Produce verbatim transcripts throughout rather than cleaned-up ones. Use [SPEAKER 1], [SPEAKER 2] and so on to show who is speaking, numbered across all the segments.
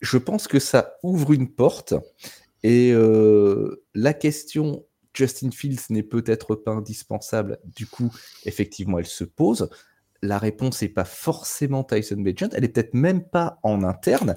[SPEAKER 1] Je pense que ça ouvre une porte et heu, la question Justin Fields n'est peut-être pas indispensable, du coup, effectivement, elle se pose. La réponse est pas forcément Tyson Bagent, elle est peut-être même pas en interne.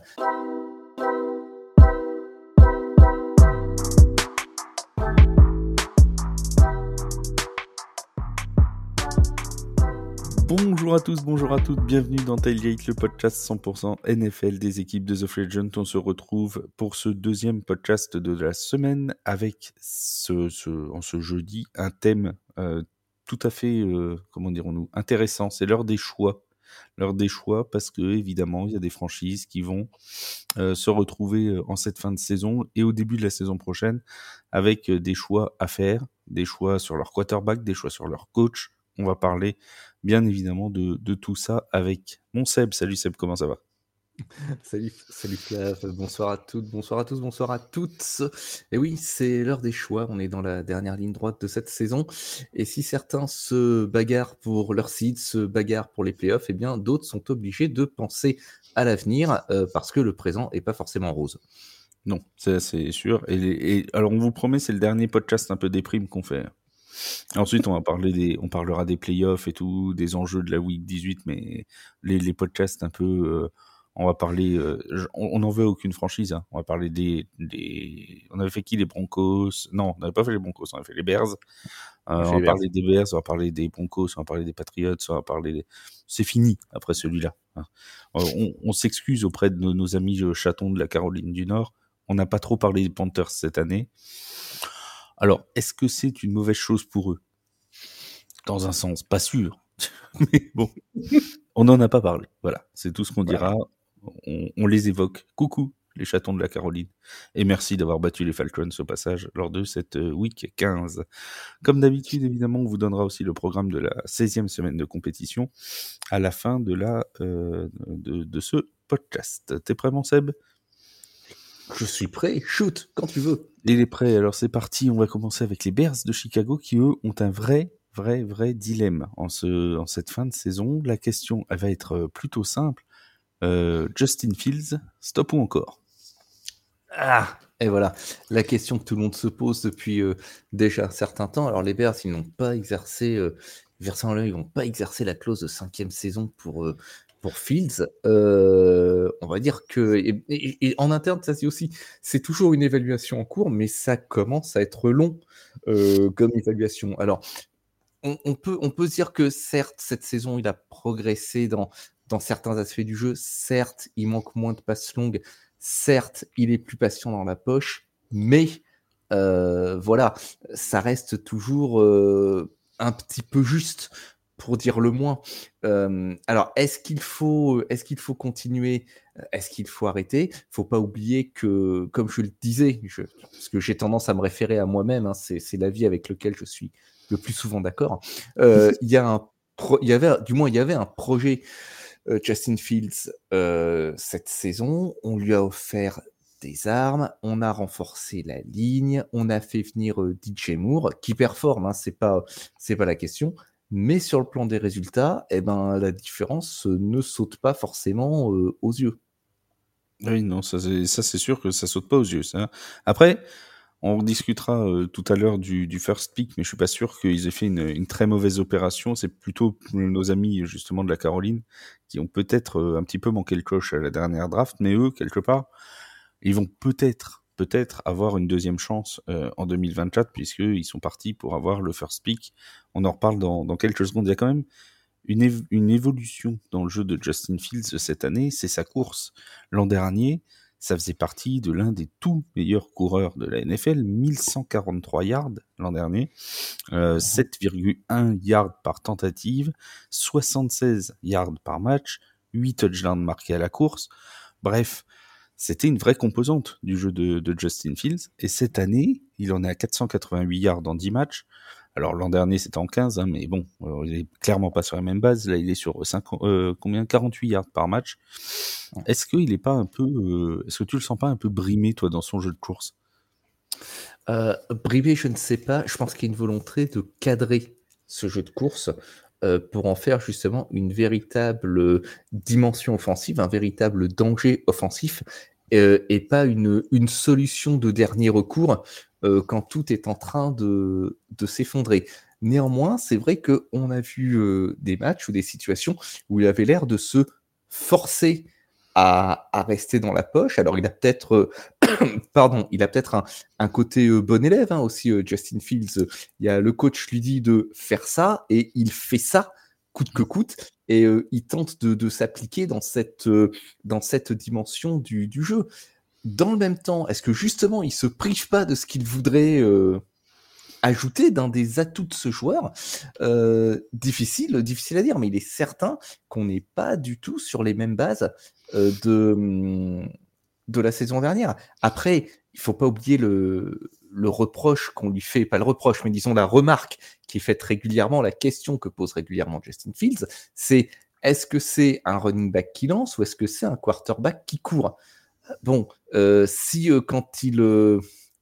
[SPEAKER 2] Bonjour à tous, bonjour à toutes, bienvenue dans Tailgate, le podcast cent pour cent N F L des équipes de The Free Agent. On se retrouve pour ce deuxième podcast de la semaine avec ce, ce, en ce jeudi un thème euh, tout à fait, euh, comment dirons-nous, intéressant. C'est l'heure des choix. L'heure des choix parce que évidemment il y a des franchises qui vont euh, se retrouver euh, en cette fin de saison et au début de la saison prochaine avec euh, des choix à faire, des choix sur leur quarterback, des choix sur leur coach. On va parler bien évidemment de, de tout ça avec mon Seb. Salut Seb, comment ça va?
[SPEAKER 1] Salut, salut Flav, bonsoir à toutes, bonsoir à tous, bonsoir à toutes. Et oui, c'est l'heure des choix, on est dans la dernière ligne droite de cette saison. Et si certains se bagarrent pour leur seed, se bagarrent pour les playoffs, eh bien d'autres sont obligés de penser à l'avenir euh, parce que le présent est pas forcément rose.
[SPEAKER 2] Non, c'est, c'est sûr. Et, et alors on vous promet, c'est le dernier podcast un peu déprime qu'on fait. Ensuite, on va parler des, on parlera des playoffs et tout, des enjeux de la week dix-huit, mais les, les podcasts un peu, euh, on va parler, euh, on n'en veut aucune franchise, hein. On va parler des, des, on avait fait qui, les Broncos? Non, on n'avait pas fait les Broncos, on avait fait les Bears. Euh, on, on va parler des Bears, on va parler des Broncos, on va parler des Patriots, on va parler des... C'est fini après celui-là, hein. On, on s'excuse auprès de nos, nos amis chatons de la Caroline du Nord. On n'a pas trop parlé des Panthers cette année. Alors, est-ce que c'est une mauvaise chose pour eux? Dans un sens, pas sûr. Mais bon, on n'en a pas parlé. Voilà, c'est tout ce qu'on dira. On, on les évoque. Coucou, les chatons de la Caroline. Et merci d'avoir battu les Falcons au passage lors de cette week quinze. Comme d'habitude, évidemment, on vous donnera aussi le programme de la seizième semaine de compétition à la fin de, la, euh, de, de ce podcast. T'es prêt, mon Seb?
[SPEAKER 1] Je suis prêt, shoot, quand tu veux.
[SPEAKER 2] Il est prêt, alors c'est parti, on va commencer avec les Bears de Chicago qui, eux, ont un vrai, vrai, vrai dilemme en, ce, en cette fin de saison. La question, elle va être plutôt simple. Euh, Justin Fields, stop ou encore?
[SPEAKER 1] Ah, et voilà, la question que tout le monde se pose depuis euh, déjà un certain temps. Alors les Bears, ils n'ont pas exercé, euh, versant l'œil, ils n'ont pas exercé la clause de cinquième saison pour euh, pour Fields. Euh, on va dire que et, et, et en interne, ça c'est aussi, c'est toujours une évaluation en cours, mais ça commence à être long euh, comme évaluation. Alors on, on peut on peut se dire que certes cette saison il a progressé dans dans certains aspects du jeu. Certes, il manque moins de passes longues. Certes, il est plus patient dans la poche, mais euh, voilà, ça reste toujours euh, un petit peu juste, pour dire le moins. Euh, alors, est-ce qu'il faut, est-ce qu'il faut continuer? Est-ce qu'il faut arrêter? Il ne faut pas oublier que, comme je le disais, je, parce que j'ai tendance à me référer à moi-même, hein, c'est, c'est l'avis avec lequel je suis le plus souvent d'accord. Euh, il y a un, pro, il y avait, du moins, il y avait un projet. Euh, Justin Fields, euh, cette saison, on lui a offert des armes, on a renforcé la ligne, on a fait venir euh, D J Moore, qui performe, hein, c'est pas, c'est pas la question, mais sur le plan des résultats, eh ben, la différence euh, ne saute pas forcément euh, aux yeux.
[SPEAKER 2] Oui, non, ça c'est, ça c'est sûr que ça saute pas aux yeux, ça. Après, on discutera euh, tout à l'heure du, du first pick, mais je suis pas sûr qu'ils aient fait une, une très mauvaise opération. C'est plutôt nos amis justement de la Caroline qui ont peut-être euh, un petit peu manqué le coche à la dernière draft, mais eux, quelque part, ils vont peut-être, peut-être avoir une deuxième chance euh, en deux mille vingt-quatre, puisqu'ils sont partis pour avoir le first pick. On en reparle dans, dans quelques secondes. Il y a quand même une, év- une évolution dans le jeu de Justin Fields cette année, c'est sa course. L'an dernier, ça faisait partie de l'un des tout meilleurs coureurs de la N F L, mille cent quarante-trois yards l'an dernier, euh, sept virgule un yards par tentative, soixante-seize yards par match, huit touchdowns marqués à la course. Bref, c'était une vraie composante du jeu de, de Justin Fields. Et cette année, il en est à quatre cent quatre-vingt-huit yards en dix matchs. Alors l'an dernier, c'était en quinze, hein, mais bon, euh, il est clairement pas sur la même base. Là, il est sur cinq, euh, combien quarante-huit yards par match. Est-ce qu'il est pas un peu... Euh, est-ce que tu le sens pas un peu brimé, toi, dans son jeu de course?
[SPEAKER 1] euh, Brimé, je ne sais pas. Je pense qu'il y a une volonté de cadrer ce jeu de course euh, pour en faire justement une véritable dimension offensive, un véritable danger offensif. euh, et pas une, une solution de dernier recours euh, quand tout est en train de, de s'effondrer. Néanmoins, c'est vrai qu'on a vu euh, des matchs ou des situations où il avait l'air de se forcer à, à rester dans la poche. Alors, il a peut-être, euh, pardon, il a peut-être un, un côté euh, bon élève hein, aussi, euh, Justin Fields. Il y a le coach lui dit de faire ça et il fait ça coûte que coûte et euh, il tente de, de s'appliquer dans cette, euh, dans cette dimension du, du jeu. Dans le même temps, est-ce que justement il se prive pas de ce qu'il voudrait euh, ajouter d'un des atouts de ce joueur euh, difficile, difficile à dire, mais il est certain qu'on n'est pas du tout sur les mêmes bases euh, de, de la saison dernière. Après, il faut pas oublier le, le reproche qu'on lui fait, pas le reproche, mais disons la remarque qui est faite régulièrement, la question que pose régulièrement Justin Fields, c'est est-ce que c'est un running back qui lance ou est-ce que c'est un quarterback qui court? Bon, euh, si euh, quand il, euh,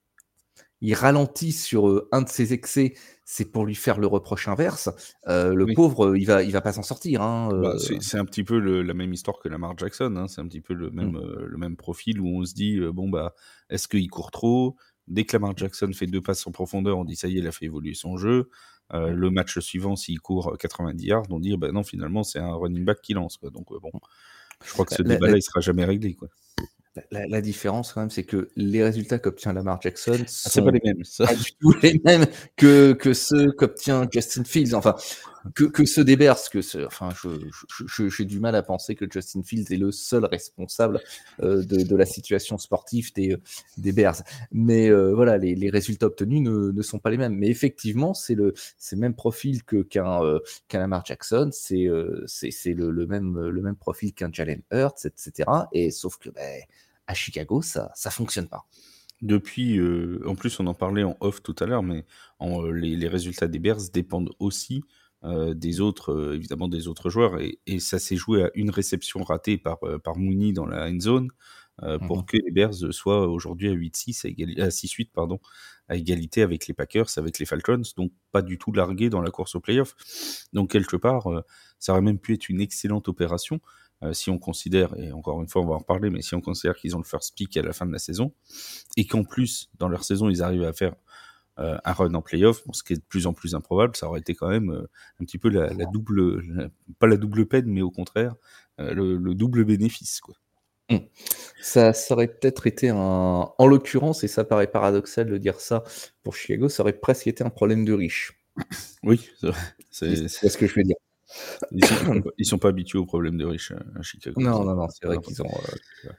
[SPEAKER 1] il ralentit sur euh, un de ses excès, c'est pour lui faire le reproche inverse, euh, le
[SPEAKER 2] Oui.
[SPEAKER 1] pauvre, euh, il va, il va pas s'en sortir. Hein,
[SPEAKER 2] Bah,
[SPEAKER 1] euh.
[SPEAKER 2] c'est c'est un petit peu le la même histoire que Lamar Jackson, hein. C'est un petit peu le même,
[SPEAKER 1] Mm.
[SPEAKER 2] heu, le même profil où on se dit, heu: «Bon, bah, est-ce qu'il court trop?» Dès que Lamar Jackson fait deux passes en profondeur, on dit: «Ça y est, il a fait évoluer son jeu». Heu,
[SPEAKER 1] Mm.
[SPEAKER 2] le match suivant, s'il court, quatre-vingt-dix yards, on dit: «Bah, non, finalement, c'est un running back qui lance, quoi». Donc, heu, bon, je crois que ce
[SPEAKER 1] La, la,
[SPEAKER 2] débat-là, il sera jamais réglé, quoi.
[SPEAKER 1] la, la différence, quand même, c'est que les résultats qu'obtient Lamar Jackson
[SPEAKER 2] Ah, c'est pas
[SPEAKER 1] sont
[SPEAKER 2] les mêmes, ça.
[SPEAKER 1] pas du tout les mêmes que, que ceux qu'obtient Justin Fields. Enfin, que, que ceux des Bears. Que ce, enfin, je, je, je, j'ai du mal à penser que Justin Fields est le seul responsable euh, de, de la situation sportive des, des Bears. Mais euh, voilà, les, les résultats obtenus ne, ne sont pas les mêmes. Mais effectivement, c'est le, c'est le même profil que, qu'un, euh, qu'un Lamar Jackson. C'est, euh, c'est, c'est le, le, même, le même profil qu'un Jalen Hurts, et cetera. Et sauf que ben, à Chicago, ça ça fonctionne pas.
[SPEAKER 2] Depuis, heu, en plus, on en parlait en off tout à l'heure, mais en, heu, les les résultats des Bears dépendent aussi, heu, des autres, heu, évidemment des autres joueurs et et ça s'est joué à une réception ratée par, heu, par Mooney dans la end zone, heu, pour
[SPEAKER 1] Mhm.
[SPEAKER 2] que les Bears soient aujourd'hui à huit six à égali à six huit pardon, à égalité avec les Packers, avec les Falcons, donc pas du tout largués dans la course aux playoffs. Donc quelque part, heu, ça aurait même pu être une excellente opération, heu, si on considère et encore une fois, on va en reparler, mais si on considère qu'ils ont le first pick à la fin de la saison et qu'en plus, dans leur saison, ils arrivent à faire euh, un run en playoff, bon, ce qui est de plus en plus improbable, ça aurait été quand même euh, un petit peu la, la double, la- pas la double peine, mais au contraire, euh, le, le double bénéfice, quoi.
[SPEAKER 1] Mm. Ça, ça aurait peut-être été un. En l'occurrence, et ça paraît paradoxal de dire ça pour Chicago, ça aurait presque été un problème de riche.
[SPEAKER 2] Oui, c'est vrai.
[SPEAKER 1] Si
[SPEAKER 2] C'est-
[SPEAKER 1] tu vois ce que je veux dire.
[SPEAKER 2] ils sont, ils sont pas, ils sont pas habitués aux problèmes de riches à, à Chicago.
[SPEAKER 1] Non,
[SPEAKER 2] Ça,
[SPEAKER 1] non, non, c'est
[SPEAKER 2] ça
[SPEAKER 1] vrai
[SPEAKER 2] va pas.
[SPEAKER 1] qu'ils ont. euh,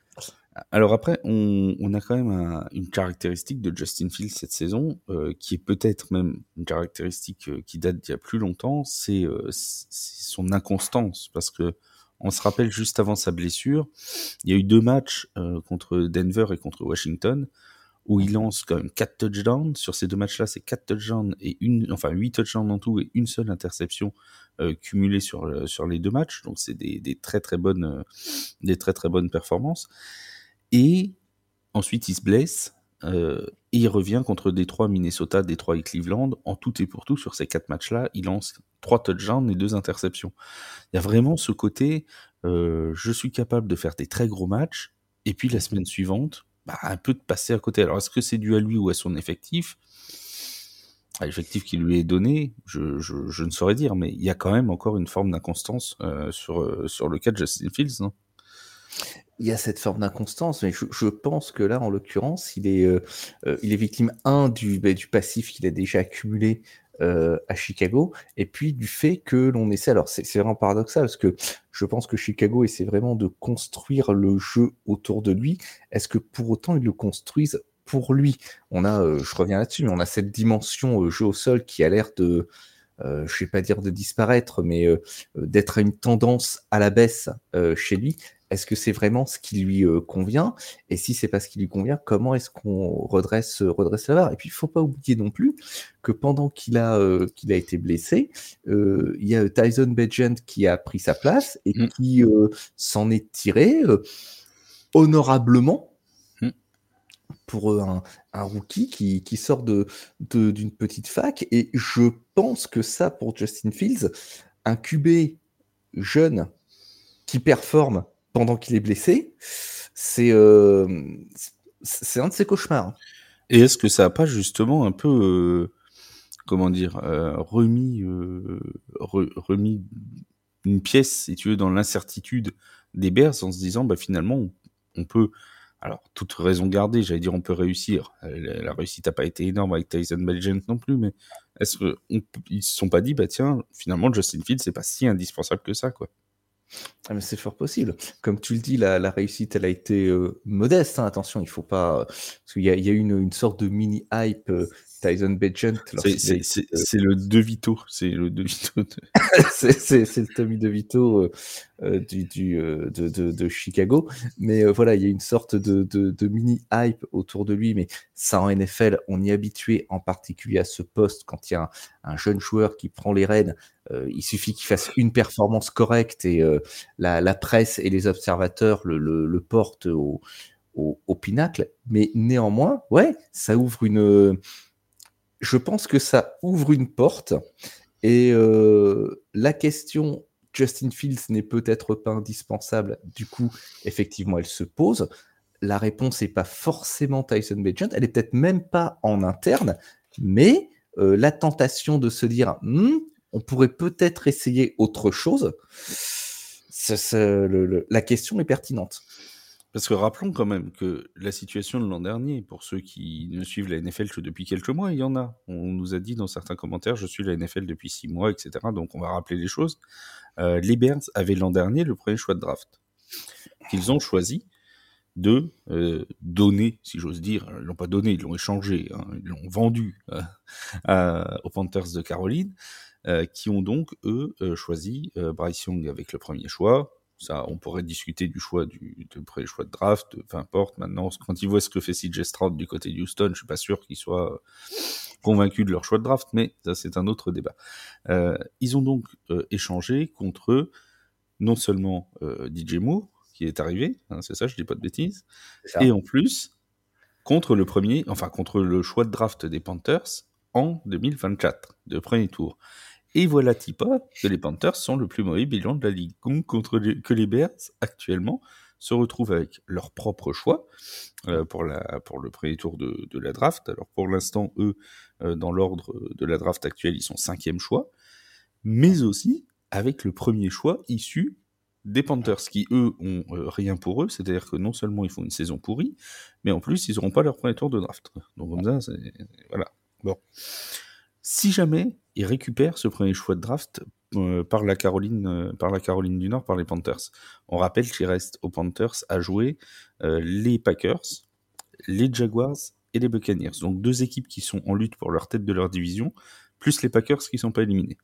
[SPEAKER 2] Alors après, on, on a quand même un- une caractéristique de Justin Fields cette saison, euh, qui est peut-être même une caractéristique euh, qui date d'il y a plus longtemps, c'est euh, c'est son inconstance, parce que on se rappelle juste avant sa blessure, il y a eu deux matchs euh, contre Denver et contre Washington où il lance quand même quatre touchdowns. Sur ces deux matchs-là, c'est quatre touchdowns et une, enfin huit touchdowns en tout et une seule interception euh, cumulée sur le- sur les deux matchs. Donc c'est des, des très très bonnes euh, des très très bonnes performances. Et ensuite, il se blesse. Euh, et il revient contre Détroit, Minnesota, Détroit et Cleveland. En tout et pour tout, sur ces quatre matchs-là, il lance trois touchdowns et deux interceptions. Il y a vraiment ce côté, euh, je suis capable de faire des très gros matchs, et puis la semaine suivante, bah, un peu de passer à côté. Alors, est-ce que c'est dû à lui ou à son effectif? À l'effectif qui lui est donné, je, je, je ne saurais dire, mais il y a quand même encore une forme d'inconstance euh, sur, euh, sur le cas de Justin Fields, non?
[SPEAKER 1] Il y a cette forme d'inconstance, mais je, je pense que là, en l'occurrence, il est, euh, euh, il est victime, un, du, bah, du passif qu'il a déjà accumulé euh, à Chicago, et puis du fait que l'on essaie, alors c'est c'est vraiment paradoxal, parce que je pense que Chicago essaie vraiment de construire le jeu autour de lui. Est-ce que pour autant ils le construisent pour lui? On a, euh, je reviens là-dessus, mais on a cette dimension euh, jeu au sol qui a l'air de, euh, je vais pas dire de disparaître, mais euh, d'être à une tendance à la baisse euh, chez lui. Est-ce que c'est vraiment ce qui lui euh, convient? Et si c'est pas ce qui lui convient, comment est-ce qu'on redresse, redresse la barre? Et puis, il faut pas oublier non plus que pendant qu'il a, euh, qu'il a été blessé, euh, il y a Tyson Bagent qui a pris sa place et
[SPEAKER 2] Mm,
[SPEAKER 1] qui euh, s'en est tiré euh, honorablement
[SPEAKER 2] mm.
[SPEAKER 1] pour euh, un, un rookie qui, qui sort de, de- d'une petite fac. Et je pense que ça, pour Justin Fields, un Q B jeune qui performe pendant qu'il est blessé, C'est, euh, c'est un de ses cauchemars.
[SPEAKER 2] Et est-ce que ça a pas justement un peu, euh, comment dire, euh, remis, euh, re- remis une pièce, si tu veux, dans l'incertitude des Bears en se disant, bah finalement, on, on peut, alors toute raison gardée, j'allais dire, on peut réussir. Euh, La, la réussite n'a pas été énorme avec Tyson Bagent non plus, mais est-ce que on, ils se sont pas dit, bah tiens, finalement, Justin Fields, c'est pas si indispensable que ça, quoi.
[SPEAKER 1] Ah, mais c'est fort possible. Comme tu le dis, la, la réussite, elle a été euh, modeste. Hein, attention, il faut pas. euh, Parce qu'il y a, il y a eu une, une sorte de mini hype euh, Tyson Bagent
[SPEAKER 2] C'est,
[SPEAKER 1] lorsqu'il a
[SPEAKER 2] c'est,
[SPEAKER 1] été.
[SPEAKER 2] c'est,
[SPEAKER 1] euh,
[SPEAKER 2] c'est le DeVito, c'est le DeVito. De...
[SPEAKER 1] c'est, c'est, c'est le Tommy DeVito euh, euh, du, du, euh, de, de, de Chicago. Mais euh, voilà, il y a une sorte de, de, de mini hype autour de lui. Mais ça, en N F L, on y est habitué, en particulier à ce poste, quand il y a un, un jeune joueur qui prend les rênes. Euh, il suffit qu'il fasse une performance correcte et euh, la, la presse et les observateurs le, le, le portent au, au, au pinacle. Mais néanmoins, ouais, ça ouvre une. Je pense que ça ouvre une porte. Et euh, la question Justin Fields n'est peut-être pas indispensable. Du coup, effectivement, elle se pose. La réponse n'est pas forcément Tyson Bagent. Elle est peut-être même pas en interne, mais euh, la tentation de se dire hm, on pourrait peut-être essayer autre chose. Ça, ça, le, le, la question est pertinente.
[SPEAKER 2] Parce que rappelons quand même que la situation de l'an dernier, pour ceux qui ne suivent la N F L que depuis quelques mois, il y en a. On nous a dit dans certains commentaires, je suis la N F L depuis six mois, et cetera. Donc on va rappeler les choses. Euh, les Bears avaient l'an dernier le premier choix de draft qu'ils ont choisi de euh, donner, si j'ose dire. Ils l'ont pas donné, ils l'ont échangé, hein, ils l'ont vendu euh, à, aux Panthers de Caroline, euh, qui ont donc, eux, euh, choisi euh, Bryce Young avec le premier choix. Ça, on pourrait discuter du choix du, du premier choix de draft, peu importe. Maintenant, quand ils voient ce que fait C J Stroud du côté de Houston, je suis pas sûr qu'ils soient convaincus de leur choix de draft, mais ça, c'est un autre débat. Euh, ils ont donc euh, échangé contre eux, non seulement euh, D J Moore, qui est arrivé, hein, c'est ça, je dis pas de bêtises, et en plus, contre le premier, enfin, contre le choix de draft des Panthers en deux mille vingt-quatre, de premier tour. Et voilà pas que les Panthers sont le plus mauvais bilan de la Ligue. Donc, contre les, que les Bears, actuellement, se retrouvent avec leur propre choix euh, pour, la, pour le premier tour de, de la draft. Alors, pour l'instant, eux, euh, dans l'ordre de la draft actuelle, ils sont cinquième choix, mais aussi avec le premier choix issu des Panthers, qui, eux, ont euh, rien pour eux, c'est-à-dire que non seulement ils font une saison pourrie, mais en plus, ils n'auront pas leur premier tour de draft. Donc, comme ça, c'est... Voilà. Bon. Si jamais ils récupèrent ce premier choix de draft euh, par, la Caroline, euh, par la Caroline du Nord, par les Panthers, on rappelle qu'il reste aux Panthers à jouer euh, les Packers, les Jaguars et les Buccaneers. Donc deux équipes qui sont en lutte pour leur tête de leur division, plus les Packers qui ne sont pas éliminés.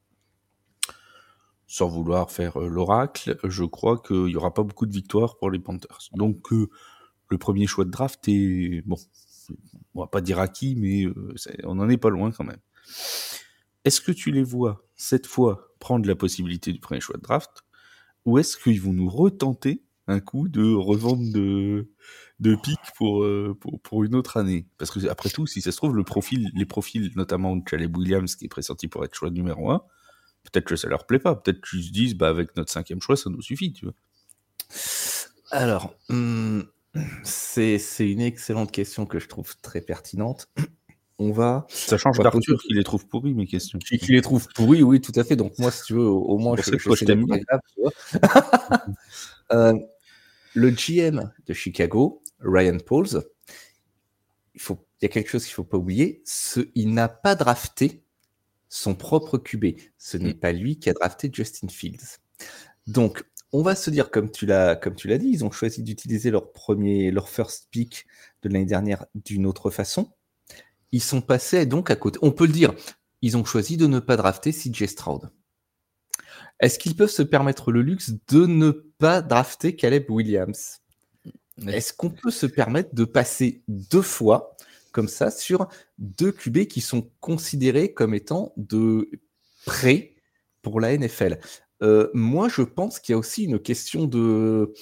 [SPEAKER 2] Sans vouloir faire euh, l'oracle, je crois qu'il n'y aura pas beaucoup de victoires pour les Panthers. Donc euh, le premier choix de draft est, bon, on va pas dire acquis, mais euh, on n'en est pas loin quand même. Est-ce que tu les vois, cette fois, prendre la possibilité du premier choix de draft, ou est-ce qu'ils vont nous retenter un coup de revente de, de pics pour, euh, pour, pour une autre année? Parce que, après tout, si ça se trouve, le profil, les profils, notamment de Caleb Williams, qui est pressenti pour être choix numéro un, peut-être que ça leur plaît pas. Peut-être qu'ils se disent, bah, avec notre cinquième choix, ça nous suffit, tu vois.
[SPEAKER 1] Alors, hum, c'est, c'est une excellente question que je trouve très pertinente. On va.
[SPEAKER 2] Ça change
[SPEAKER 1] on va
[SPEAKER 2] d'Arthur
[SPEAKER 1] poser...
[SPEAKER 2] qui les trouve pourris, mes questions.
[SPEAKER 1] Qui, qui les trouve pourris, oui, tout à fait. Donc, moi, si tu veux, au, au moins,
[SPEAKER 2] C'est pour
[SPEAKER 1] je,
[SPEAKER 2] ça que moi, je
[SPEAKER 1] j'essaie d'être
[SPEAKER 2] t'aime bien.
[SPEAKER 1] agréable, tu vois. euh, le G M de Chicago, Ryan Pauls, il, faut, il y a quelque chose qu'il ne faut pas oublier, ce, il n'a pas drafté son propre Q B. Ce n'est
[SPEAKER 2] Mm.
[SPEAKER 1] pas lui qui a drafté Justin Fields. Donc, on va se dire, comme tu l'as, comme tu l'as dit, ils ont choisi d'utiliser leur premier, leur first pick de l'année dernière d'une autre façon. Ils sont passés donc à côté. On peut le dire, ils ont choisi de ne pas drafter C J Stroud. Est-ce qu'ils peuvent se permettre le luxe de ne pas drafter Caleb Williams?
[SPEAKER 2] Ouais.
[SPEAKER 1] Est-ce qu'on peut se permettre de passer deux fois comme ça sur deux Q B qui sont considérés comme étant de prêts pour la N F L? euh, Moi, je pense qu'il y a aussi une question de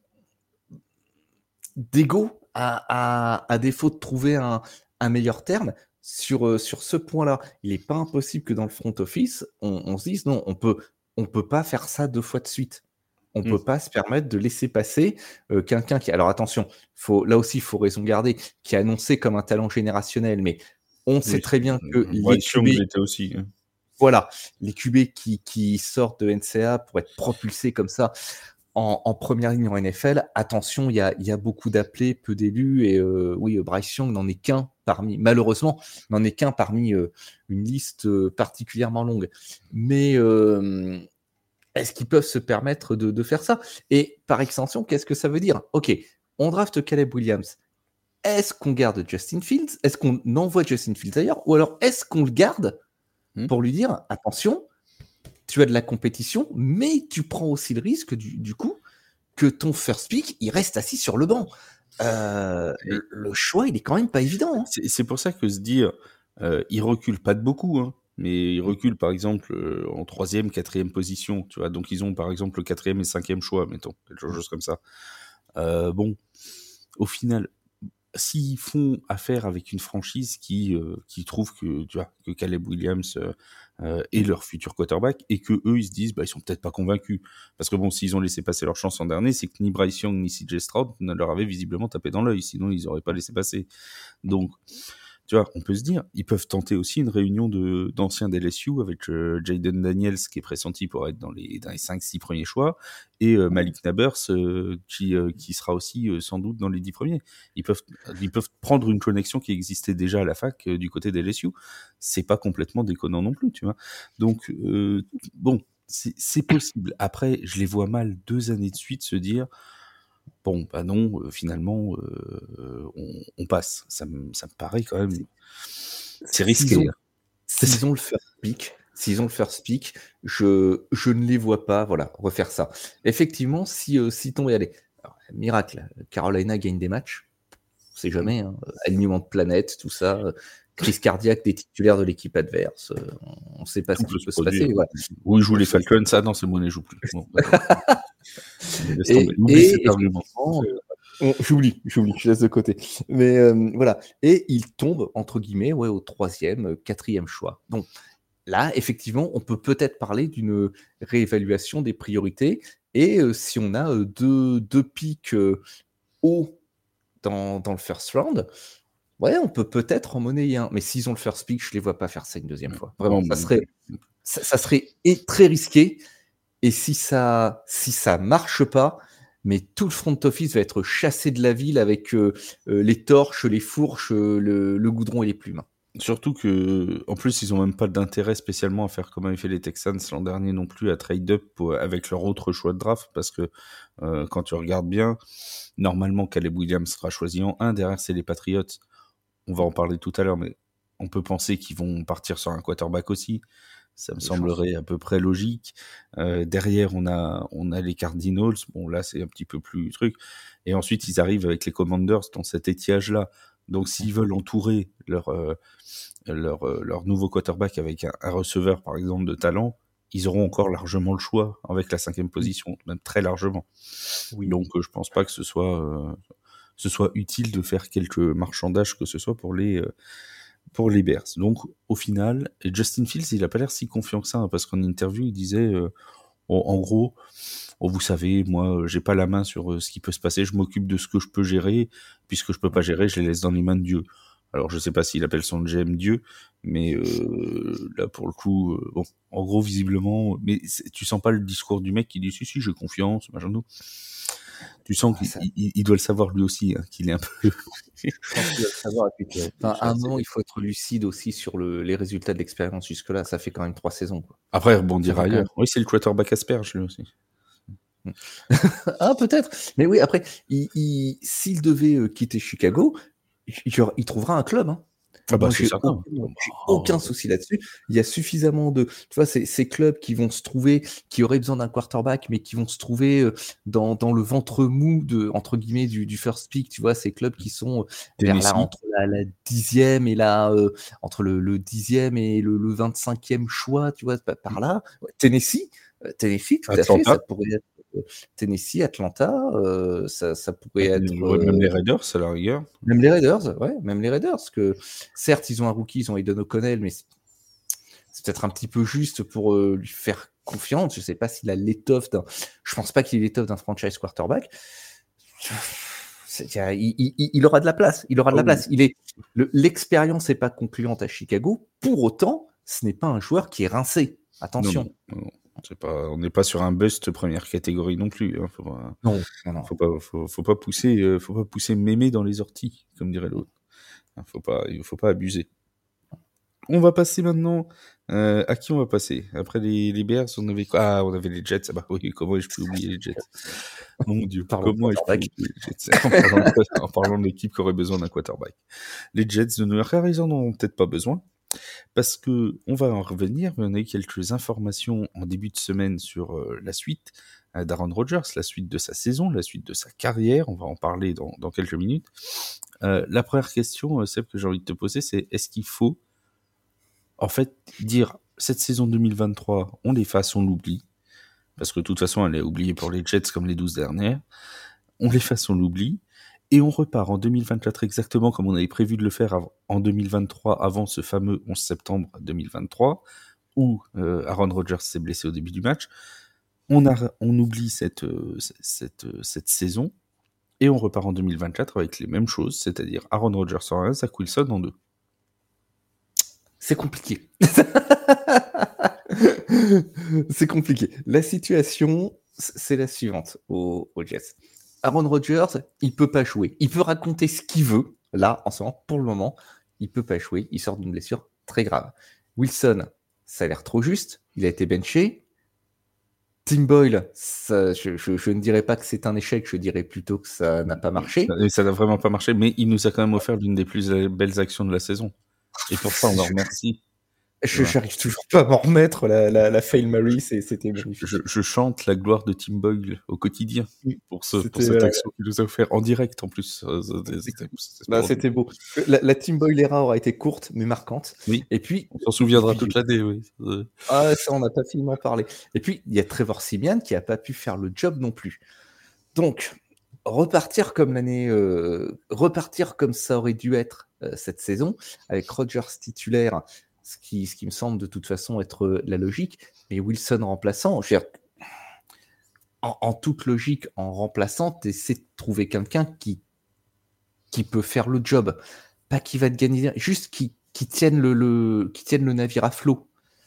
[SPEAKER 1] d'ego à, à, à défaut de trouver un, un meilleur terme. Sur, euh, sur ce point-là, il n'est pas impossible que dans le front office, on, on se dise non, on peut, on peut pas faire ça deux fois de suite. On
[SPEAKER 2] Mmh.
[SPEAKER 1] peut pas se permettre de laisser passer euh, quelqu'un qui. Alors attention, faut là aussi il faut raison garder, qui est annoncé comme un talent générationnel, mais on sait
[SPEAKER 2] Oui.
[SPEAKER 1] très bien que les
[SPEAKER 2] Bryce Young
[SPEAKER 1] Q B,
[SPEAKER 2] l'était aussi, hein.
[SPEAKER 1] voilà, les Q B qui, qui sortent de N C A A pour être propulsés comme ça en, en première ligne en N F L, attention, il y a, il y a beaucoup d'appelés, peu d'élus, et euh, oui, euh, Bryce Young n'en est qu'un parmi, malheureusement, n'en est qu'un parmi euh, une liste euh, particulièrement longue. Mais euh, est-ce qu'ils peuvent se permettre de, de faire ça? Et par extension, qu'est-ce que ça veut dire? Ok, on draft Caleb Williams. Est-ce qu'on garde Justin Fields? Est-ce qu'on envoie Justin Fields ailleurs? Ou alors est-ce qu'on le garde
[SPEAKER 2] Hmm.
[SPEAKER 1] pour lui dire, attention, tu as de la compétition, mais tu prends aussi le risque du, du coup que ton first pick, il reste assis sur le banc. Euh,
[SPEAKER 2] Et
[SPEAKER 1] le choix, il est quand même pas évident. Hein.
[SPEAKER 2] c'est, c'est pour ça que se dire, euh, il recule pas de beaucoup, hein, mais il recule par exemple euh, en troisième, quatrième position, tu vois. Donc ils ont par exemple le quatrième et cinquième choix, mettons, quelque chose comme ça. Euh, bon, au final, s'ils font affaire avec une franchise qui euh, qui trouve que tu vois que Caleb Williams euh, euh, est leur futur quarterback et que eux ils se disent bah ils sont peut-être pas convaincus parce que bon s'ils ont laissé passer leur chance en dernier c'est que ni Bryce Young ni C J Stroud ne leur avaient visiblement tapé dans l'œil sinon ils auraient pas laissé passer donc tu vois, on peut se dire, ils peuvent tenter aussi une réunion de, d'anciens d'L S U avec euh, Jaden Daniels, qui est pressenti pour être dans les, dans les cinq six premiers choix, et euh, Malik Nabers, euh, qui, euh, qui sera aussi euh, sans doute dans les dix premiers. Ils peuvent, ils peuvent prendre une connexion qui existait déjà à la fac euh, du côté d'L S U. C'est pas complètement déconnant non plus, tu vois. Donc, euh, bon, c'est, c'est possible. Après, je les vois mal deux années de suite se dire, bon, bah non, euh, finalement, euh, on, on passe. Ça me, ça me paraît quand même. C'est risqué.
[SPEAKER 1] S'ils ont,
[SPEAKER 2] hein.
[SPEAKER 1] s'ils ont le first pick, s'ils ont le first pick, je, je ne les vois pas, voilà, refaire ça. Effectivement, si, euh, si tombe, allez, alors, miracle, Carolina gagne des matchs, on sait jamais, hein, alignement de planète, tout ça, euh, crise cardiaque des titulaires de l'équipe adverse, euh, on ne sait pas
[SPEAKER 2] Tout
[SPEAKER 1] ce qui
[SPEAKER 2] peut se
[SPEAKER 1] peut se
[SPEAKER 2] produire.
[SPEAKER 1] passer. Voilà.
[SPEAKER 2] Où ils jouent les Falcons, ça, non, c'est moi, on les joue plus. Bon, laisse
[SPEAKER 1] Et,
[SPEAKER 2] tomber. Oublie
[SPEAKER 1] et
[SPEAKER 2] cet argument.
[SPEAKER 1] effectivement, euh, on- j'oublie, j'oublie, je laisse de côté. Mais euh, voilà. Et il tombe, entre guillemets, ouais, au troisième, euh, quatrième choix. Donc là, effectivement, on peut peut-être parler d'une réévaluation des priorités. Et euh, si on a euh, deux, deux pics euh, hauts dans, dans le first round, ouais, on peut peut-être en monnayer un. Mais s'ils ont le first pick, je les vois pas faire ça une deuxième fois. Vraiment,
[SPEAKER 2] Non,
[SPEAKER 1] ça
[SPEAKER 2] mais-
[SPEAKER 1] serait, ça, ça serait et très risqué. Et si ça, si ça marche pas, mais tout le front office va être chassé de la ville avec euh, euh, les torches, les fourches, euh, le, le goudron et les plumes.
[SPEAKER 2] Surtout que, en plus, ils ont même pas d'intérêt spécialement à faire comme avaient fait les Texans l'an dernier non plus, à trade up pour- avec leur autre choix de draft, parce que euh, quand tu regardes bien, normalement Caleb Williams sera choisi en un, derrière c'est les Patriots. On va en parler tout à l'heure, mais on peut penser qu'ils vont partir sur un quarterback aussi. Ça me
[SPEAKER 1] De
[SPEAKER 2] semblerait à peu près logique. Euh, derrière, on a, on a les Cardinals. Bon, là, c'est un petit peu plus truc. Et ensuite, ils arrivent avec les Commanders dans cet étiage-là. Donc, s'ils veulent entourer leur, euh, leur, euh, leur nouveau quarterback avec un, un receveur, par exemple, de talent, ils auront encore largement le choix avec la cinquième position, même très largement.
[SPEAKER 1] Oui.
[SPEAKER 2] Donc, euh, je pense pas que ce soit, euh, ce soit utile de faire quelques marchandages que ce soit pour les, euh, pour les Bears. Donc, au final, Justin Fields, il a pas l'air si confiant que ça, hein, parce qu'en interview, il disait, euh, en, en gros, oh, vous savez, moi, euh, j'ai pas la main sur euh, ce qui peut se passer, je m'occupe de ce que je peux gérer, puisque je peux pas gérer, je les laisse dans les mains de Dieu. Alors, je sais pas s'il appelle son G M Dieu, mais euh, là, pour le coup, euh, bon, en gros, visiblement, mais c'est- tu sens pas le discours du mec qui dit, si, si, j'ai confiance, machin, tout. Tu sens
[SPEAKER 1] Ah,
[SPEAKER 2] qu'il
[SPEAKER 1] ça-
[SPEAKER 2] il- il doit le savoir lui aussi, hein, qu'il est un peu...
[SPEAKER 1] Je pense qu'il va le savoir. Et puis, enfin, à un
[SPEAKER 2] C'est-
[SPEAKER 1] moment, il faut être lucide aussi sur le- les résultats de l'expérience. Jusque-là, ça fait quand même trois saisons. Quoi.
[SPEAKER 2] Après, il
[SPEAKER 1] Ça
[SPEAKER 2] rebondira
[SPEAKER 1] fait quand
[SPEAKER 2] ailleurs.
[SPEAKER 1] même.
[SPEAKER 2] Oui, c'est le quarterback asperge, lui aussi.
[SPEAKER 1] Ah, peut-être. Mais oui, après, il- il- s'il devait euh, quitter Chicago, il, il trouvera un club. Hein.
[SPEAKER 2] Ah bah
[SPEAKER 1] Moi,
[SPEAKER 2] c'est
[SPEAKER 1] j'ai
[SPEAKER 2] certain.
[SPEAKER 1] aucun, j'ai aucun souci là-dessus. Il y a suffisamment de, tu vois, ces, ces clubs qui vont se trouver, qui auraient besoin d'un quarterback, mais qui vont se trouver euh, dans, dans le ventre mou de, entre guillemets, du, du first pick. Tu vois, ces clubs qui sont euh, vers là,
[SPEAKER 2] Tennessee.
[SPEAKER 1] entre la, la dixième et la, euh, entre le, le dixième et le, le vingt-cinquième choix, tu vois, par, par là. Ouais, Tennessee, euh, Tennessee, tout à fait,
[SPEAKER 2] Atlanta.
[SPEAKER 1] ça pourrait être euh, Tennessee, Atlanta, euh, ça, ça pourrait être.
[SPEAKER 2] Ouais, même
[SPEAKER 1] euh,
[SPEAKER 2] les Raiders, à la rigueur.
[SPEAKER 1] même les Raiders, ouais, même les Raiders, parce que certes, ils ont un rookie, ils ont Aiden O'Connell, mais c'est c'est peut-être un petit peu juste pour euh, lui faire confiant. Je sais pas s'il a l'étoffe d'un. Je pense pas qu'il ait l'étoffe d'un franchise quarterback. C'est- il, il- il aura de la place. Il aura de la
[SPEAKER 2] Oh,
[SPEAKER 1] place. Il est le- l'expérience n'est pas concluante à Chicago. Pour autant, ce n'est pas un joueur qui est rincé.
[SPEAKER 2] non,
[SPEAKER 1] Attention.
[SPEAKER 2] non, non. C'est pas, on n'est pas sur un bust première catégorie non plus. Hein. Faut pas,
[SPEAKER 1] Non, non, non.
[SPEAKER 2] faut pas, faut, faut pas pousser, euh, faut pas pousser mémé dans les orties, comme dirait l'autre. Hein, Faut pas, il faut pas abuser. On va passer maintenant. euh, à qui on va passer? Après les, les Bears, on avait quoi? Ah, on avait les Jets. Ah bah oui, comment ai-je pu oublier les Jets? Mon Dieu,
[SPEAKER 1] Parlons de
[SPEAKER 2] comment ai-je pu
[SPEAKER 1] quarterback.
[SPEAKER 2] oublier les Jets? En parlant de, en parlant de l'équipe qui aurait besoin d'un quarterback. Les Jets de New York, ils en ont peut-être pas besoin. Parce que on va en revenir, mais on a eu quelques informations en début de semaine sur euh, la suite euh, d'Aaron Rodgers, la suite de sa saison, la suite de sa carrière. On va en parler dans, dans quelques minutes. Euh, la première question, euh, Seb, que j'ai envie de te poser, c'est est-ce qu'il faut en fait dire cette saison deux mille vingt-trois, on l'efface, on l'oublie, parce que de toute façon, elle est oubliée pour les Jets comme les douze dernières. On l'efface, on l'oublie. Et on repart en deux mille vingt-quatre exactement comme on avait prévu de le faire av- en deux mille vingt-trois, avant ce fameux onze septembre deux mille vingt-trois, où euh, Aaron Rodgers s'est blessé au début du match. On, a, on oublie cette, euh, cette, euh, cette saison, et on repart en deux mille vingt-quatre avec les mêmes choses, c'est-à-dire Aaron Rodgers en un, Zach Wilson en deux.
[SPEAKER 1] C'est compliqué. C'est compliqué. La situation, c- c'est la suivante aux, aux Jets. Aaron Rodgers, il peut pas jouer. Il peut raconter ce qu'il veut. Là, en ce moment, pour le moment, il peut pas jouer. Il sort d'une blessure très grave. Wilson, ça a l'air trop juste. Il a été benché. Tim Boyle, ça, je, je- je ne dirais pas que c'est un échec. Je dirais plutôt que ça n'a pas marché.
[SPEAKER 2] Et ça n'a vraiment pas marché, mais il nous a quand même offert l'une des plus euh, belles actions de la saison. Et pour ça, on le
[SPEAKER 1] Je,
[SPEAKER 2] remercie. tu
[SPEAKER 1] je-
[SPEAKER 2] vois.
[SPEAKER 1] j'arrive toujours pas à m'en remettre. La, la, la Fail Mary, c'est- c'était
[SPEAKER 2] Je,
[SPEAKER 1] magnifique.
[SPEAKER 2] je- je chante la gloire de Tim Boyle au quotidien pour, ce, pour
[SPEAKER 1] C'était,
[SPEAKER 2] cette
[SPEAKER 1] euh,
[SPEAKER 2] action qu'il nous a offert en direct en plus. Euh, C'était c'était- c'était
[SPEAKER 1] Bah,
[SPEAKER 2] splendide.
[SPEAKER 1] c'était beau. La, la Team Boilera aura été courte mais marquante.
[SPEAKER 2] Oui,
[SPEAKER 1] Et puis,
[SPEAKER 2] on s'en
[SPEAKER 1] et
[SPEAKER 2] souviendra
[SPEAKER 1] puis
[SPEAKER 2] toute l'année, oui. Euh,
[SPEAKER 1] ah, ça, on n'a pas fini d'en parler. Et puis, il y a Trevor Siemian qui n'a pas pu faire le job non plus. Donc, repartir comme l'année, euh, repartir comme ça aurait dû être euh, cette saison, avec Rodgers titulaire, ce qui, ce qui me semble de toute façon être euh, la logique, mais Wilson remplaçant, je veux dire, en, en toute logique, en remplaçant, tu essaies de trouver quelqu'un qui, qui peut faire le job. Pas qui va te gagner, juste qui, qui, tienne le, le, qui tienne le navire à flot.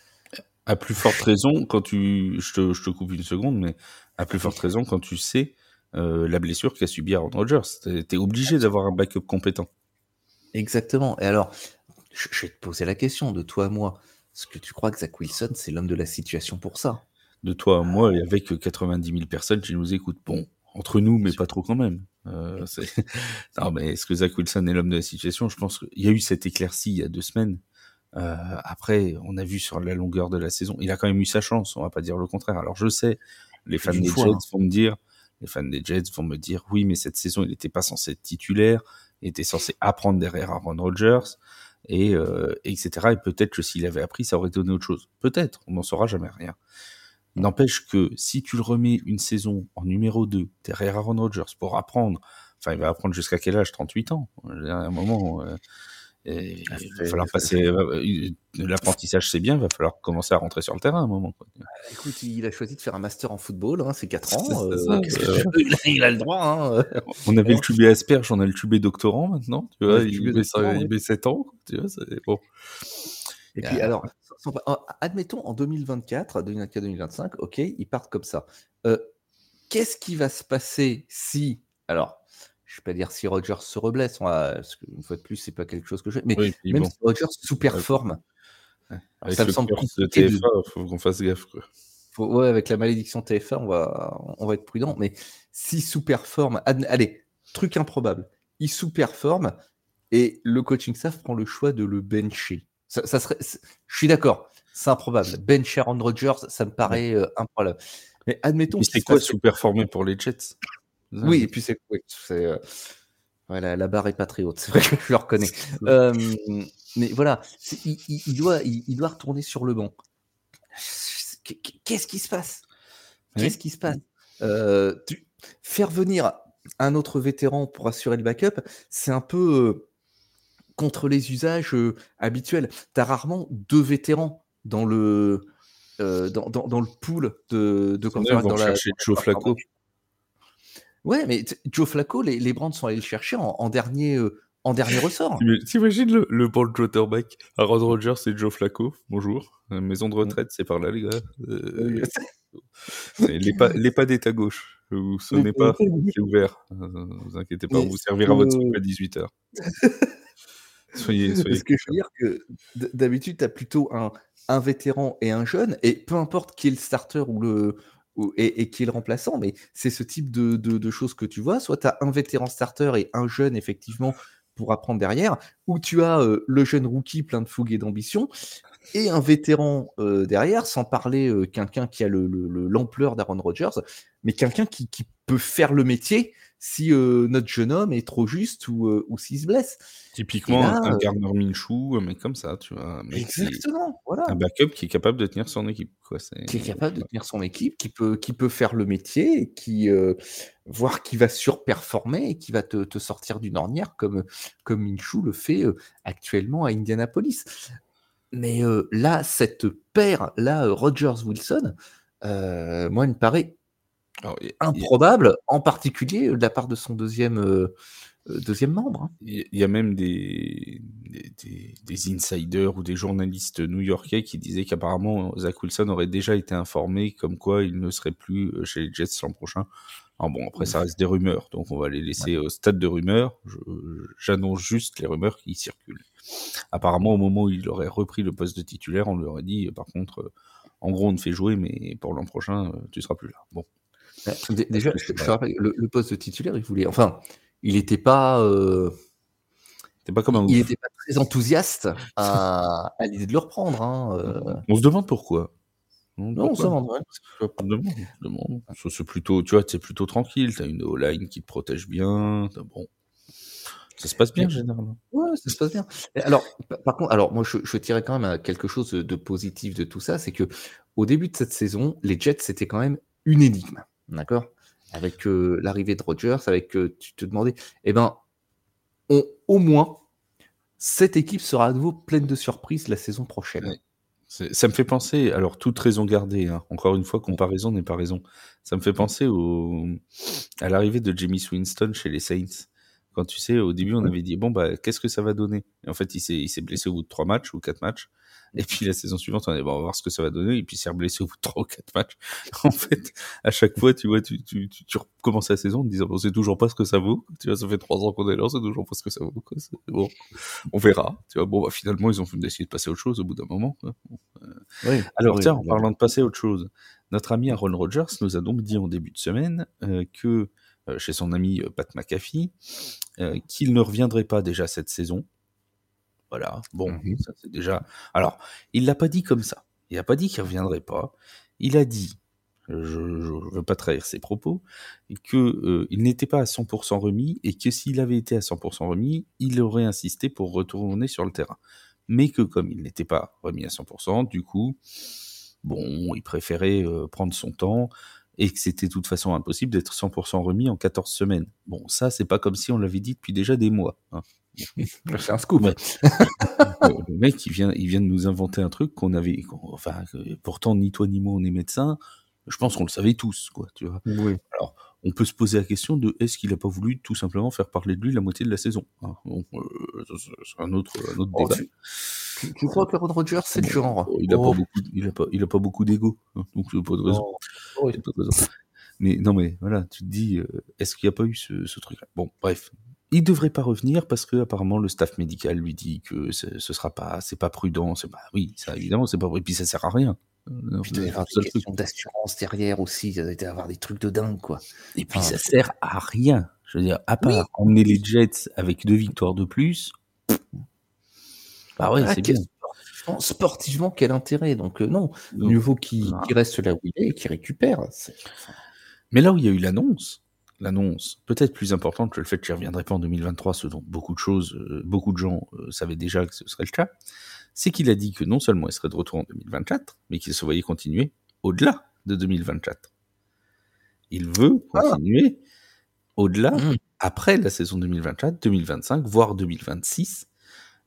[SPEAKER 2] À plus forte raison, quand tu. Je te, je te coupe une seconde, mais à plus forte raison, quand tu sais euh, la blessure qu'a subi Aaron Rodgers. T'es t'es obligé d'avoir un backup compétent.
[SPEAKER 1] Exactement. Et alors, je, je vais te poser la question de toi à moi. Est-ce que tu crois que Zach Wilson, c'est l'homme de la situation pour ça?
[SPEAKER 2] De toi à moi, et avec quatre-vingt-dix mille personnes qui nous écoutent. Bon, entre nous, mais pas trop quand même. Euh, c'est- non, mais est-ce que Zach Wilson est l'homme de la situation? Je pense qu'il y a eu cette éclaircie il y a deux semaines. Euh, après, on a vu sur la longueur de la saison, il a quand même eu sa chance, on va pas dire le contraire. Alors je sais, les fans
[SPEAKER 1] D'une
[SPEAKER 2] des
[SPEAKER 1] fois,
[SPEAKER 2] Jets
[SPEAKER 1] hein.
[SPEAKER 2] vont me dire, les fans des Jets vont me dire, oui, mais cette saison, il n'était pas censé être titulaire, il était censé apprendre derrière Aaron Rodgers, et euh, et cetera. Et peut-être que s'il avait appris, ça aurait donné autre chose. Peut-être, on n'en saura jamais rien. N'empêche que si tu le remets une saison en numéro deux derrière Aaron Rodgers pour apprendre, enfin, il va apprendre jusqu'à quel âge? trente-huit ans. À un moment, euh, et
[SPEAKER 1] Ah,
[SPEAKER 2] il va
[SPEAKER 1] c'est-
[SPEAKER 2] falloir passer. euh, L'apprentissage, c'est bien, il va falloir commencer à rentrer sur le terrain à un moment. Quoi.
[SPEAKER 1] Écoute, il a choisi de faire un master en football, hein, c'est quatre
[SPEAKER 2] C'est
[SPEAKER 1] ans.
[SPEAKER 2] c'est
[SPEAKER 1] euh,
[SPEAKER 2] ça.
[SPEAKER 1] qu'est-ce que
[SPEAKER 2] euh,
[SPEAKER 1] tu veux? il, a, il a le droit. Hein.
[SPEAKER 2] on avait le tubé asperge, on a le tubé doctorant maintenant. Tu
[SPEAKER 1] On a
[SPEAKER 2] vois,
[SPEAKER 1] le
[SPEAKER 2] il
[SPEAKER 1] tubé
[SPEAKER 2] met, ça,
[SPEAKER 1] doctorant,
[SPEAKER 2] il
[SPEAKER 1] oui.
[SPEAKER 2] met sept ans. Tu vois, c'est bon.
[SPEAKER 1] Et puis,
[SPEAKER 2] Ah,
[SPEAKER 1] alors, sans- sans- ah, admettons en deux mille vingt-quatre, deux mille vingt-quatre, deux mille vingt-cinq, ok, ils partent comme ça. Euh, Qu'est-ce qui va se passer si, alors, je vais pas dire si Rodgers se reblesse, on va- parce qu'une fois de plus, c'est pas quelque chose que je. Mais
[SPEAKER 2] oui, puis
[SPEAKER 1] même
[SPEAKER 2] bon.
[SPEAKER 1] si Rodgers sous-performe,
[SPEAKER 2] Ouais.
[SPEAKER 1] alors
[SPEAKER 2] Avec
[SPEAKER 1] ça me
[SPEAKER 2] le
[SPEAKER 1] semble
[SPEAKER 2] curse de
[SPEAKER 1] compliqué de.
[SPEAKER 2] T F A, il faut qu'on fasse gaffe. Quoi.
[SPEAKER 1] Faut- ouais, avec la malédiction T F A, on va, on va être prudent. Mais si sous-performe, adm- allez, truc improbable, il sous-performe et le coaching staff prend le choix de le bencher. Ça, ça serait, c'est- je suis d'accord, c'est improbable. Bencher Aaron Rodgers, ça me
[SPEAKER 2] Ouais.
[SPEAKER 1] paraît euh, improbable. Mais
[SPEAKER 2] Et
[SPEAKER 1] admettons
[SPEAKER 2] puis
[SPEAKER 1] qu'il
[SPEAKER 2] c'est
[SPEAKER 1] se
[SPEAKER 2] quoi
[SPEAKER 1] passe quelque
[SPEAKER 2] sous-performer
[SPEAKER 1] chose.
[SPEAKER 2] pour les Jets? C'est ça,
[SPEAKER 1] Oui,
[SPEAKER 2] hein.
[SPEAKER 1] et puis c'est, oui, c'est euh, ouais, la, la barre est pas très haute, c'est vrai que je le reconnais.
[SPEAKER 2] C'est ça.
[SPEAKER 1] Euh, mais voilà, c'est- il, il- il doit, il, il doit retourner sur le banc. Qu'est-ce qui se passe? Qu'est-ce
[SPEAKER 2] Oui.
[SPEAKER 1] qui se passe? Euh, tu- Faire venir un autre vétéran pour assurer le backup, c'est un peu euh, contre les usages euh, habituels. Tu as rarement deux vétérans dans le, euh, dans, dans, dans le pool de, de
[SPEAKER 2] Ils
[SPEAKER 1] quarterback
[SPEAKER 2] vont
[SPEAKER 1] dans la.
[SPEAKER 2] chercher Joe Flacco.
[SPEAKER 1] Ouais, mais Joe Flacco, les, les Browns sont allés le chercher en, en dernier, euh, en dernier ressort.
[SPEAKER 2] T'imagines le, le banc de quarterback, Aaron Rodgers et Joe Flacco. Bonjour, maison de retraite, c'est par là, les gars. Euh, les, pas, les pas d'état gauche. Vous sonnez pas, c'est ouvert. Euh, vous inquiétez pas, on vous servira votre soupe à dix-huit heures. Soyez, soyez
[SPEAKER 1] Ce que je veux dire que d'habitude, tu as plutôt un, un vétéran et un jeune, et peu importe qui est le starter ou le, ou, et, et qui est le remplaçant, mais c'est ce type de, de, de choses que tu vois. Soit tu as un vétéran starter et un jeune, effectivement, pour apprendre derrière, ou tu as euh, le jeune rookie plein de fougue et d'ambition, et un vétéran euh, derrière, sans parler euh, quelqu'un qui a le, le, le, l'ampleur d'Aaron Rodgers, mais quelqu'un qui, qui peut faire le métier si euh, notre jeune homme est trop juste ou, euh, ou s'il se blesse.
[SPEAKER 2] Typiquement, là, un euh... Gardner Minshew, un mec comme ça, tu vois. Un mec
[SPEAKER 1] exactement,
[SPEAKER 2] qui...
[SPEAKER 1] voilà.
[SPEAKER 2] Un backup qui est capable de tenir son équipe. Quoi. C'est...
[SPEAKER 1] Qui est capable de tenir son équipe, qui peut, qui peut faire le métier, qui, euh, voire qui va surperformer et qui va te, te sortir d'une ornière comme, comme Minshew le fait euh, actuellement à Indianapolis. Mais euh, là, cette paire, là, Rodgers-Wilson, euh, moi, il me paraît Alors, y, improbable, y a... en particulier de la part de son deuxième, euh, deuxième membre.
[SPEAKER 2] Il hein. y a même des, des, des insiders ou des journalistes new-yorkais qui disaient qu'apparemment Zach Wilson aurait déjà été informé comme quoi il ne serait plus chez les Jets l'an prochain. Alors bon, après, ça reste des rumeurs, donc on va les laisser ouais. au stade de rumeurs. Je, j'annonce juste les rumeurs qui circulent. Apparemment, au moment où il aurait repris le poste de titulaire, on lui aurait dit, par contre, en gros, on te fait jouer, mais pour l'an prochain, tu seras plus là. Bon.
[SPEAKER 1] D- déjà, je, je rappelle, le, le poste de titulaire, il voulait. Enfin, il n'était pas. Euh,
[SPEAKER 2] C'était pas comme un
[SPEAKER 1] il
[SPEAKER 2] ouf.
[SPEAKER 1] n'était pas très enthousiaste à, à l'idée de le reprendre. Hein, euh...
[SPEAKER 2] On se demande pourquoi.
[SPEAKER 1] Non, non on se demande. Ouais.
[SPEAKER 2] On se demande, on se demande. C'est plutôt, tu vois, c'est plutôt tranquille. T'as une O-line qui te protège bien. Bon. Ça se passe bien,
[SPEAKER 1] mais,
[SPEAKER 2] généralement.
[SPEAKER 1] Ouais, ça se passe bien. Alors, par contre, alors moi, je, je tirais quand même quelque chose de positif de tout ça, c'est que au début de cette saison, les Jets, c'était quand même une énigme, d'accord ? Avec euh, l'arrivée de Rodgers, avec euh, tu te demandais, eh ben, on, au moins, cette équipe sera à nouveau pleine de surprises la saison prochaine.
[SPEAKER 2] Ouais. C'est, ça me fait penser, alors toute raison gardée, hein, encore une fois, comparaison n'est pas raison. Ça me fait penser au, à l'arrivée de Jameis Winston chez les Saints. Quand tu sais, au début, on avait dit, bon, bah, qu'est-ce que ça va donner ? Et en fait, il s'est, il s'est blessé au bout de trois matchs ou quatre matchs. Et puis la saison suivante, on a dit, bon, on va voir ce que ça va donner. Et puis il s'est blessé au bout de trois ou quatre matchs. En fait, à chaque fois, tu vois, tu, tu, tu, tu recommences la saison en te disant, bon, c'est toujours pas ce que ça vaut. Tu vois, ça fait trois ans qu'on est là, c'est toujours pas ce que ça vaut. Quoi. C'est, bon, on verra. Tu vois, bon, bah, finalement, ils ont décidé de passer à autre chose au bout d'un moment. Quoi. Bon, euh... oui, Alors, oui, tiens, en parlant de passer à autre chose, notre ami Aaron Rodgers nous a donc dit en début de semaine euh, que euh, chez son ami euh, Pat McAfee, euh, qu'il ne reviendrait pas déjà cette saison. Voilà, bon, mm-hmm. ça c'est déjà... Alors, il l'a pas dit comme ça. Il n'a pas dit qu'il ne reviendrait pas. Il a dit, je ne veux pas trahir ses propos, qu'il euh, n'était pas à cent pour cent remis et que s'il avait été à cent pour cent remis, il aurait insisté pour retourner sur le terrain. Mais que comme il n'était pas remis à cent pour cent, du coup, bon, il préférait euh, prendre son temps et que c'était de toute façon impossible d'être cent pour cent remis en quatorze semaines. Bon, ça, c'est pas comme si on l'avait dit depuis déjà des mois. Hein.
[SPEAKER 1] C'est un scoop.
[SPEAKER 2] Ouais. Le mec, il vient, il vient de nous inventer un truc qu'on avait... Qu'on, enfin, pourtant, ni toi ni moi, on est médecins. Je pense qu'on le savait tous, quoi, tu vois.
[SPEAKER 1] Oui.
[SPEAKER 2] Alors, on peut se poser la question de est-ce qu'il n'a pas voulu tout simplement faire parler de lui la moitié de la saison, hein. Bon, euh, c'est un autre, un autre
[SPEAKER 1] oh,
[SPEAKER 2] débat.
[SPEAKER 1] Tu, tu, tu crois que Aaron Rodgers, c'est
[SPEAKER 2] bon,
[SPEAKER 1] le genre
[SPEAKER 2] Il n'a oh. pas beaucoup, il a pas, il a pas beaucoup d'ego, hein, donc il n'y a pas de raison.
[SPEAKER 1] Oh. Oh, oui.
[SPEAKER 2] Pas de raison. Mais non, mais voilà, tu te dis, euh, est-ce qu'il n'y a pas eu ce, ce truc-là ? Bon, bref. Il devrait pas revenir parce que apparemment le staff médical lui dit que ce sera pas, c'est pas prudent. C'est pas, oui, ça évidemment c'est pas vrai. Puis ça sert à rien.
[SPEAKER 1] Puis il doit y avoir des questions d'assurance derrière aussi. Il doit y avoir des trucs de dingue, quoi.
[SPEAKER 2] Et puis enfin, ça sert à rien. Je veux dire, à part oui. emmener les Jets avec deux victoires de plus. Bah ouais, ah, c'est bien.
[SPEAKER 1] Sportivement, sportivement, quel intérêt. Donc euh, non, non, mieux vaut qu'il, qu'il reste là où il est et qu'il récupère. C'est...
[SPEAKER 2] Mais là où il y a eu l'annonce. L'annonce peut-être plus importante que le fait qu'il ne reviendrait pas en deux mille vingt-trois, ce dont beaucoup de choses, euh, beaucoup de gens euh, savaient déjà que ce serait le cas, c'est qu'il a dit que non seulement il serait de retour en deux mille vingt-quatre, mais qu'il se voyait continuer au-delà de deux mille vingt-quatre. Il veut continuer ah. au-delà, mmh. après la saison deux mille vingt-quatre, deux mille vingt-cinq, voire deux mille vingt-six,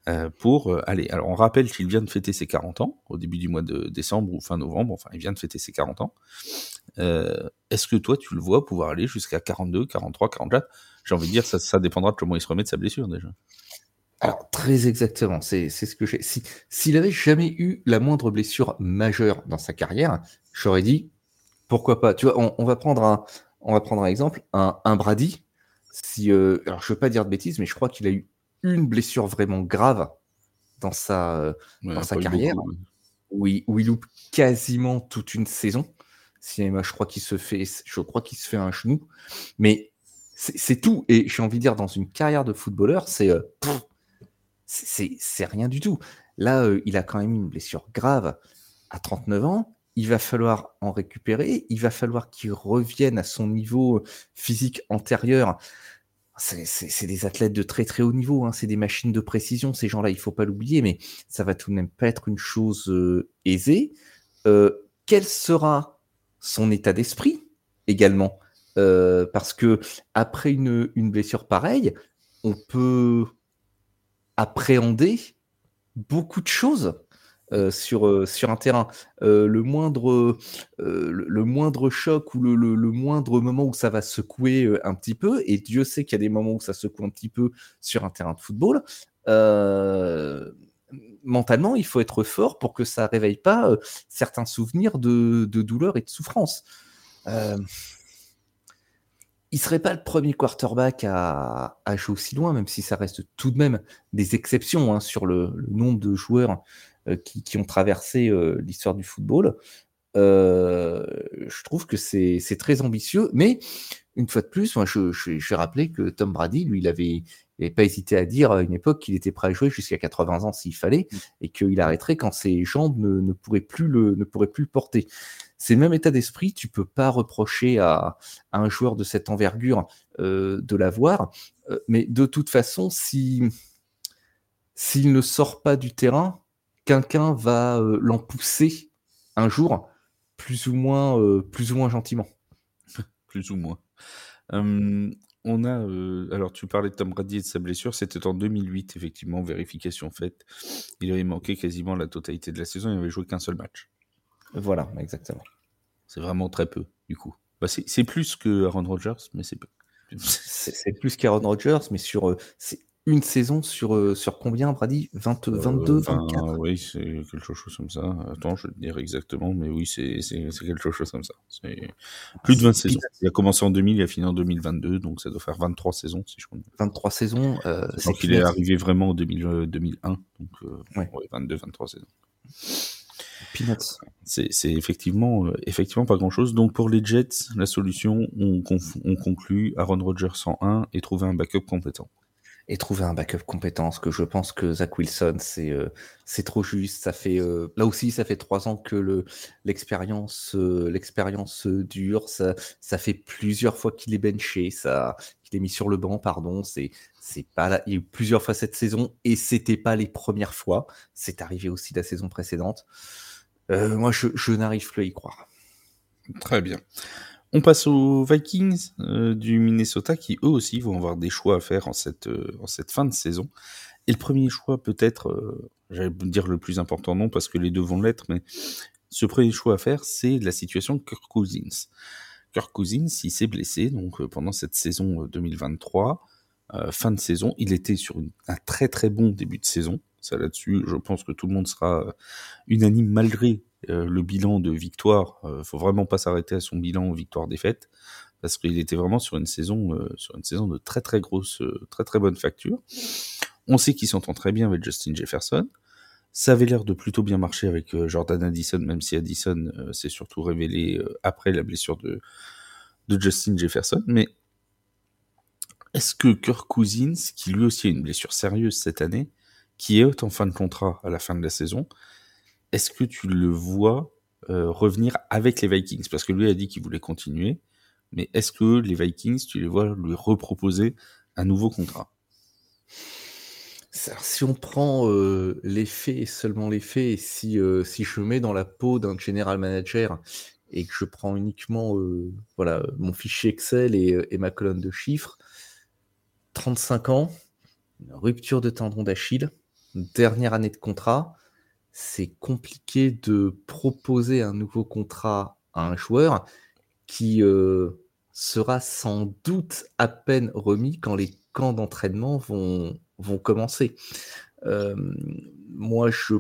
[SPEAKER 2] euh, pour euh, aller. Alors, on rappelle qu'il vient de fêter ses quarante ans, au début du mois de décembre ou fin novembre, enfin, il vient de fêter ses quarante ans. Euh, est-ce que toi, tu le vois pouvoir aller jusqu'à quarante-deux, quarante-trois, quarante-quatre? J'ai envie de dire, ça, ça dépendra de comment il se remet de sa blessure, déjà.
[SPEAKER 1] Alors, très exactement, c'est c'est ce que j'ai. Si, s'il avait jamais eu la moindre blessure majeure dans sa carrière, j'aurais dit pourquoi pas. Tu vois, on, on va prendre un, on va prendre un exemple, un, un Brady. Si, euh, alors je veux pas dire de bêtises, mais je crois qu'il a eu une blessure vraiment grave dans sa, euh, dans
[SPEAKER 2] Ouais,
[SPEAKER 1] sa
[SPEAKER 2] pas eu
[SPEAKER 1] carrière,
[SPEAKER 2] beaucoup.
[SPEAKER 1] où il, où il loupe quasiment toute une saison. Si, moi, je crois qu'il se fait, je crois qu'il se fait un genou, mais c'est c'est tout. Et j'ai envie de dire, dans une carrière de footballeur, c'est euh, pff, c'est c'est- c'est rien du tout. Là, euh, il a quand même une blessure grave à trente-neuf ans. Il va falloir en récupérer. Il va falloir qu'il revienne à son niveau physique antérieur. C'est c'est- c'est des athlètes de très très haut niveau, hein. C'est des machines de précision, ces gens-là, il faut pas l'oublier, mais ça va tout de même pas être une chose euh, aisée. Euh, quel sera son état d'esprit également? Euh, parce que après une, une blessure pareille, on peut appréhender beaucoup de choses euh, sur, euh, sur un terrain. Euh, le, moindre, euh, le, le moindre choc ou le, le- le moindre moment où ça va secouer euh, un petit peu, et Dieu sait qu'il y a des moments où ça secoue un petit peu sur un terrain de football, euh, mentalement, il faut être fort pour que ça réveille pas euh, certains souvenirs de, de douleur et de souffrance. Euh, il serait pas le premier quarterback à, à jouer aussi loin, même si ça reste tout de même des exceptions hein, sur le, le nombre de joueurs euh, qui, qui ont traversé euh, l'histoire du football. Euh, je trouve que c'est c'est très ambitieux, mais une fois de plus, moi, je, je, je vais rappeler que Tom Brady, lui, il avait, il avait pas hésité à dire à une époque qu'il était prêt à jouer jusqu'à quatre-vingts ans s'il fallait, et qu'il arrêterait quand ses jambes ne, ne pourraient plus le, ne pourraient plus le porter. C'est le même état d'esprit, tu peux pas reprocher à, à un joueur de cette envergure euh, de l'avoir, euh, mais de toute façon, si s'il ne sort pas du terrain, quelqu'un va euh, l'en pousser un jour, plus ou moins, euh, plus ou moins gentiment.
[SPEAKER 2] Plus ou moins. Hum, on a, euh, alors tu parlais de Tom Brady et de sa blessure, c'était en deux mille huit, effectivement, vérification faite. Il avait manqué quasiment la totalité de la saison, il avait joué qu'un seul match.
[SPEAKER 1] Voilà, exactement.
[SPEAKER 2] C'est vraiment très peu, du coup. Bah, c'est c'est plus que Aaron Rodgers, mais c'est peu.
[SPEAKER 1] C'est c'est plus qu'Aaron Rodgers, mais sur euh, c'est une saison sur, euh, sur combien, Brady? vingt,
[SPEAKER 2] Euh,
[SPEAKER 1] vingt-deux,
[SPEAKER 2] vingt,
[SPEAKER 1] vingt-quatre?
[SPEAKER 2] oui, c'est quelque chose comme ça. Attends, je vais te dire exactement, mais oui, c'est c'est- c'est quelque chose comme ça. C'est plus de vingt
[SPEAKER 1] C'est
[SPEAKER 2] saisons.
[SPEAKER 1] peanuts.
[SPEAKER 2] Il a commencé en deux mille, il a fini en deux mille vingt-deux, donc ça doit faire vingt-trois saisons, si je compte.
[SPEAKER 1] vingt-trois saisons, euh, c'est
[SPEAKER 2] Donc il est
[SPEAKER 1] peanuts.
[SPEAKER 2] arrivé vraiment en deux mille, euh, deux mille un, donc euh,
[SPEAKER 1] Ouais,
[SPEAKER 2] ouais, vingt-deux, vingt-trois saisons.
[SPEAKER 1] peanuts.
[SPEAKER 2] C'est c'est effectivement, euh, effectivement pas grand-chose. Donc pour les Jets, la solution, on, conf- on conclut Aaron Rodgers en un et trouver un backup compétent.
[SPEAKER 1] Et trouver un backup compétent, parce que je pense que Zach Wilson, c'est euh, c'est trop juste. Ça fait euh, là aussi, ça fait trois ans que le l'expérience euh, l'expérience euh, dure. Ça ça fait plusieurs fois qu'il est benché, ça qu'il est mis sur le banc, pardon. C'est c'est pas là. Il y a eu plusieurs fois cette saison et c'était pas les premières fois. C'est arrivé aussi la saison précédente. Euh, moi, je, je n'arrive plus à y croire.
[SPEAKER 2] Très bien. On passe aux Vikings euh, du Minnesota qui eux aussi vont avoir des choix à faire en cette, euh, en cette fin de saison. Et le premier choix peut-être, euh, j'allais dire le plus important non parce que les deux vont l'être, mais ce premier choix à faire c'est la situation de Kirk Cousins. Kirk Cousins, il s'est blessé donc euh, pendant cette saison euh, deux mille vingt-trois, euh, fin de saison, il était sur une- un très très bon début de saison. Ça là-dessus, je pense que tout le monde sera euh, unanime malgré euh, le bilan de victoire. Euh, faut vraiment pas s'arrêter à son bilan victoire-défaite parce qu'il était vraiment sur une saison, euh, sur une saison de très très grosse, euh, très très bonne facture. On sait qu'il s'entend très bien avec Justin Jefferson. Ça avait l'air de plutôt bien marcher avec euh, Jordan Addison, même si Addison euh, s'est surtout révélé euh, après la blessure de, de Justin Jefferson. Mais est-ce que Kirk Cousins, qui lui aussi a une blessure sérieuse cette année, qui est en fin de contrat à la fin de la saison, est-ce que tu le vois euh, revenir avec les Vikings? Parce que lui a dit qu'il voulait continuer, mais est-ce que les Vikings, tu les vois lui reproposer un nouveau contrat?
[SPEAKER 1] Alors, si on prend euh, les faits et seulement les faits, et si, euh, si je me mets dans la peau d'un general manager et que je prends uniquement euh, voilà, mon fichier Excel et, euh, et ma colonne de chiffres, trente-cinq ans, une rupture de tendon d'Achille, dernière année de contrat, c'est compliqué de proposer un nouveau contrat à un joueur qui euh, sera sans doute à peine remis quand les camps d'entraînement vont, vont commencer. Euh, moi, je...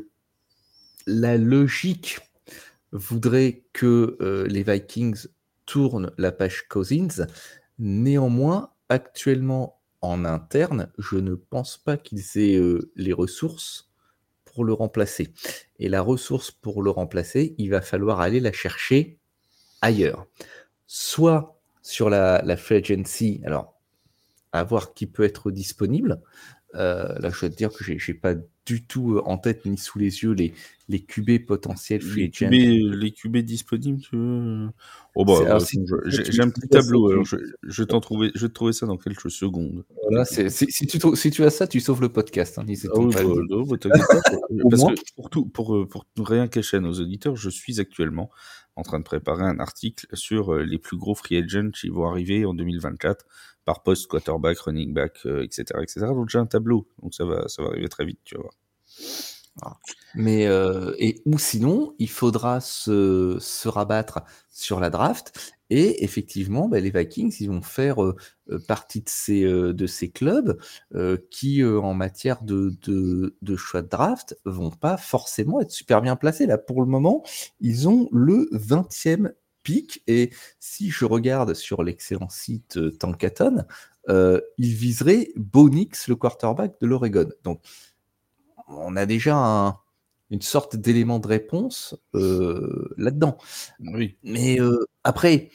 [SPEAKER 1] la logique voudrait que euh, les Vikings tournent la page Cousins. Néanmoins, actuellement en interne, je ne pense pas qu'ils aient euh, les ressources pour le remplacer. Et la ressource pour le remplacer, il va falloir aller la chercher ailleurs. Soit sur la, la free agency, alors à voir qui peut être disponible. Euh, là, je dois te dire que j'ai, j'ai pas du tout en tête ni sous les yeux les, les Q B potentiels free
[SPEAKER 2] Les Q B,
[SPEAKER 1] agent.
[SPEAKER 2] les Q B disponibles, tu veux? Oh bah,
[SPEAKER 1] C'est, alors,
[SPEAKER 2] euh,
[SPEAKER 1] si,
[SPEAKER 2] je-
[SPEAKER 1] si
[SPEAKER 2] j'ai
[SPEAKER 1] tu,
[SPEAKER 2] j'ai un
[SPEAKER 1] si
[SPEAKER 2] petit
[SPEAKER 1] tu as ça,
[SPEAKER 2] tableau, alors
[SPEAKER 1] tu,
[SPEAKER 2] je, je t'en trouvais, je vais te trouver ça dans quelques secondes.
[SPEAKER 1] voilà, c'est, c'est- si, tu, trou- si tu as ça, tu sauves le podcast. Hein,
[SPEAKER 2] Ah
[SPEAKER 1] n'hésitons
[SPEAKER 2] oui,
[SPEAKER 1] pas à
[SPEAKER 2] bah,
[SPEAKER 1] le dire.
[SPEAKER 2] non, bah, t'inquiète pas. pour-
[SPEAKER 1] Au
[SPEAKER 2] Parce
[SPEAKER 1] moins.
[SPEAKER 2] que pour tout, pour, euh, pour rien cacher à nos auditeurs, je suis actuellement en train de préparer un article sur euh, les plus gros free agents qui vont arriver en deux mille vingt-quatre par poste, quarterback, running back, euh, et cetera, et cetera. Donc j'ai un tableau, donc ça va, ça va arriver très vite, tu vas voir.
[SPEAKER 1] Voilà. Mais euh, et ou sinon, il faudra se, se rabattre sur la draft. Et effectivement, bah, les Vikings, ils vont faire euh, euh, partie de ces, euh, de ces clubs euh, qui, euh, en matière de, de, de choix de draft, vont pas forcément être super bien placés. Là, pour le moment, ils ont le vingtième pick. Et si je regarde sur l'excellent site euh, Tankathon, euh, ils viseraient Bo Nix, le quarterback de l'Oregon. Donc, on a déjà un, une sorte d'élément de réponse euh, là-dedans.
[SPEAKER 2] Oui.
[SPEAKER 1] Mais euh, après,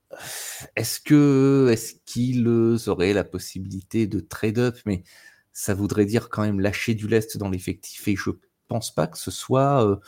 [SPEAKER 1] est-ce que est-ce qu'ils auraient la possibilité de trade-up? Mais ça voudrait dire quand même lâcher du lest dans l'effectif. Et je pense pas que ce soit euh,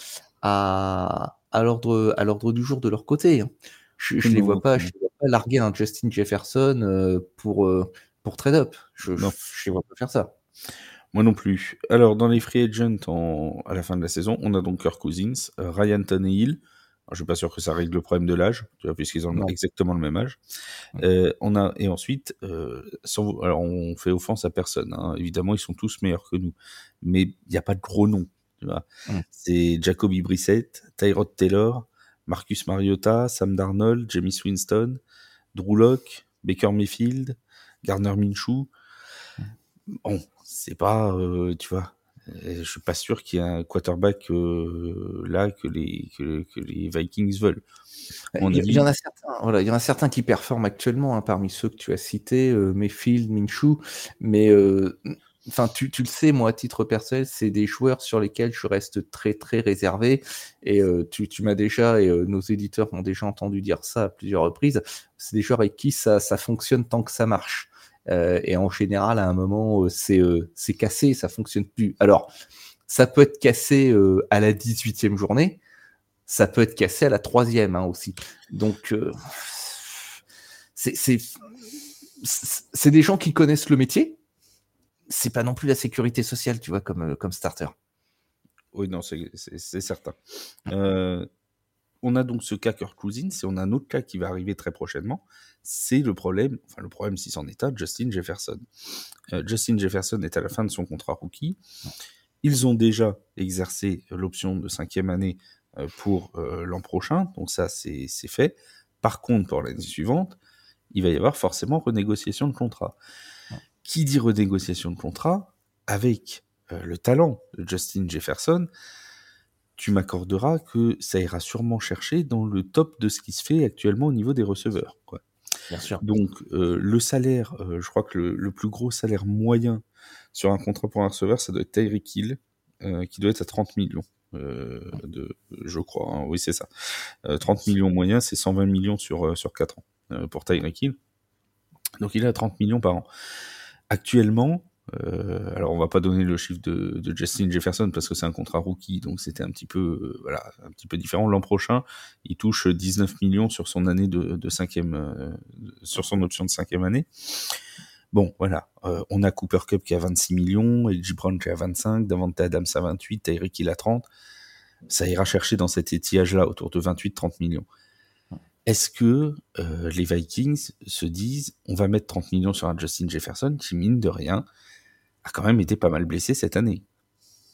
[SPEAKER 1] à, à l'ordre à l'ordre du jour de leur côté. Hein. Je, je les
[SPEAKER 2] Non,
[SPEAKER 1] vois pas, je
[SPEAKER 2] non,
[SPEAKER 1] les vois pas larguer un Justin Jefferson euh, pour euh, pour trade-up. Je, je,
[SPEAKER 2] non.
[SPEAKER 1] je les vois pas faire ça.
[SPEAKER 2] Moi non plus. Alors, dans les free agents en... à la fin de la saison, on a donc Kirk Cousins, euh, Ryan Tannehill. Alors, je suis pas sûr que ça règle le problème de l'âge, tu vois, puisqu'ils ont
[SPEAKER 1] Non.
[SPEAKER 2] exactement le même âge. Euh, on a et ensuite, euh, sans... alors on fait offense à personne. Hein. Évidemment, ils sont tous meilleurs que nous, mais il n'y a pas de gros noms. Tu vois.
[SPEAKER 1] Mm.
[SPEAKER 2] C'est Jacoby Brissett, Tyrod Taylor, Marcus Mariota, Sam Darnold, Jameis Winston, Drew Lock, Baker Mayfield, Gardner Minshew. Bon, c'est pas, euh, tu vois, euh, je suis pas sûr qu'il y ait un quarterback euh, là que les que, que les Vikings veulent. À mon
[SPEAKER 1] Il y, il y en
[SPEAKER 2] avis,
[SPEAKER 1] a certains, voilà, il y en a certains qui performent actuellement hein, parmi ceux que tu as cités, euh, Mayfield, Minshew, mais euh, enfin tu, tu le sais, moi à titre personnel, c'est des joueurs sur lesquels je reste très très réservé et euh, tu, tu m'as déjà et euh, nos éditeurs m'ont déjà entendu dire ça à plusieurs reprises. C'est des joueurs avec qui ça, ça fonctionne tant que ça marche. Euh, et en général, à un moment, euh, c'est euh, c'est cassé, ça fonctionne plus. Alors, ça peut être cassé euh, à la dix-huitième journée, ça peut être cassé à la troisième hein, aussi. Donc, euh, c'est, c'est, c'est des gens qui connaissent le métier. C'est pas non plus la sécurité sociale, tu vois, comme, comme starter.
[SPEAKER 2] oui, non, c'est c'est- c'est certain. Euh, on a donc ce cas Kirk Cousins et on a un autre cas qui va arriver très prochainement. C'est le problème, enfin le problème si c'en est un, Justin Jefferson. Euh, Justin Jefferson est à la fin de son contrat rookie. Ils ont déjà exercé l'option de cinquième année euh, pour euh, l'an prochain, donc ça c'est c'est fait. Par contre, pour l'année suivante, il va y avoir forcément renégociation de contrat. Qui dit renégociation de contrat, avec euh, le talent de Justin Jefferson, tu m'accorderas que ça ira sûrement chercher dans le top de ce qui se fait actuellement au niveau des receveurs. Quoi.
[SPEAKER 1] Bien sûr.
[SPEAKER 2] Donc euh, le salaire, euh, je crois que le, le plus gros salaire moyen sur un contrat pour un receveur, ça doit être Tyreek Hill, euh, qui doit être à trente millions. Euh, de, je crois, hein, oui c'est ça. Euh, trente millions moyens, c'est cent vingt millions sur, euh, sur quatre ans euh, pour Tyreek Hill. Donc il est à trente millions par an. Actuellement, euh, alors on va pas donner le chiffre de, de Justin Jefferson parce que c'est un contrat rookie, donc c'était un petit peu, euh, voilà, un petit peu différent. L'an prochain, il touche dix-neuf millions sur son année de, de cinquième, euh, sur son option de cinquième année. Bon, voilà, euh, on a Cooper Kupp qui a vingt-six millions, L J Brown qui a vingt-cinq, Davante Adams à vingt-huit, Tyreek Hill à trente. Ça ira chercher dans cet étillage-là autour de vingt-huit à trente millions. Est-ce que euh, les Vikings se disent on va mettre trente millions sur un Justin Jefferson qui, mine de rien, a quand même été pas mal blessé cette année?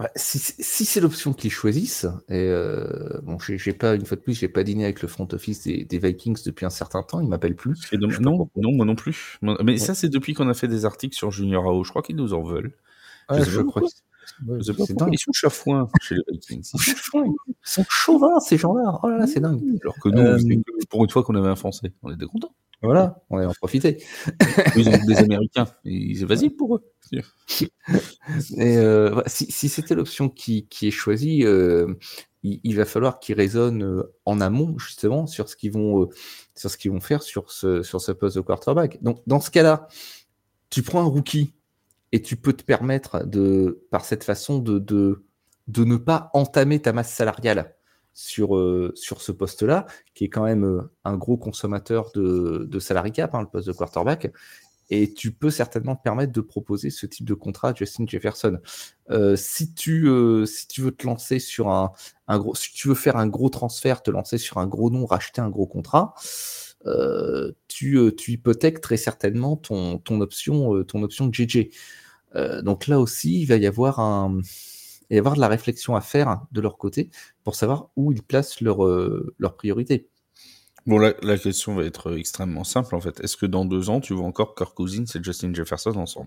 [SPEAKER 1] Ouais, si, si c'est l'option qu'ils choisissent, et euh, bon, j'ai, j'ai pas, une fois de plus, j'ai pas dîné avec le front office des, des Vikings depuis un certain temps, ils m'appellent plus.
[SPEAKER 2] C'est domm-
[SPEAKER 1] Je sais pas
[SPEAKER 2] non,
[SPEAKER 1] pourquoi.
[SPEAKER 2] non, moi non plus. Moi- Mais
[SPEAKER 1] Ouais.
[SPEAKER 2] ça, c'est depuis qu'on a fait des articles sur Junior A O. Je crois qu'ils nous en veulent. Je
[SPEAKER 1] Ouais,
[SPEAKER 2] sais pas
[SPEAKER 1] je crois que
[SPEAKER 2] pourquoi.
[SPEAKER 1] c'est, ouais,
[SPEAKER 2] Je sais pas
[SPEAKER 1] c'est
[SPEAKER 2] pourquoi.
[SPEAKER 1] dingue.
[SPEAKER 2] Ils sont chafouins chez les Vikings. Ils sont
[SPEAKER 1] Ils
[SPEAKER 2] chafouins.
[SPEAKER 1] sont chauvins, ces gens-là. Oh là là, c'est dingue.
[SPEAKER 2] Mmh. Alors que nous, on
[SPEAKER 1] Euh,
[SPEAKER 2] faisait que pour une fois qu'on avait un Français. On était contents.
[SPEAKER 1] voilà, on va en profiter.
[SPEAKER 2] Ils ont des Américains. Et c'est facile pour eux.
[SPEAKER 1] Et euh, ouais, si, si c'était l'option qui, qui est choisie, euh, il, il va falloir qu'ils raisonnent euh, en amont justement sur ce qu'ils vont, euh, sur ce qu'ils vont faire sur ce, sur ce poste de quarterback. Donc dans ce cas-là, tu prends un rookie et tu peux te permettre de, par cette façon, de, de, de ne pas entamer ta masse salariale sur, euh, sur ce poste-là, qui est quand même euh, un gros consommateur de, de salary cap, hein, le poste de quarterback. Et tu peux certainement te permettre de proposer ce type de contrat à Justin Jefferson. Euh, si, tu, euh, si tu veux te lancer sur un, un gros, si tu veux faire un gros transfert, te lancer sur un gros nom, racheter un gros contrat, euh, tu, euh, tu hypothèques très certainement ton, ton option, euh, ton option J J. Euh, donc là aussi, il va y avoir un, il va y avoir de la réflexion à faire de leur côté pour savoir où ils placent leur, euh, leur priorité.
[SPEAKER 2] Bon, la, la question va être extrêmement simple en fait. Est-ce que dans deux ans, tu vois encore Kirk Cousins et Justin Jefferson ensemble?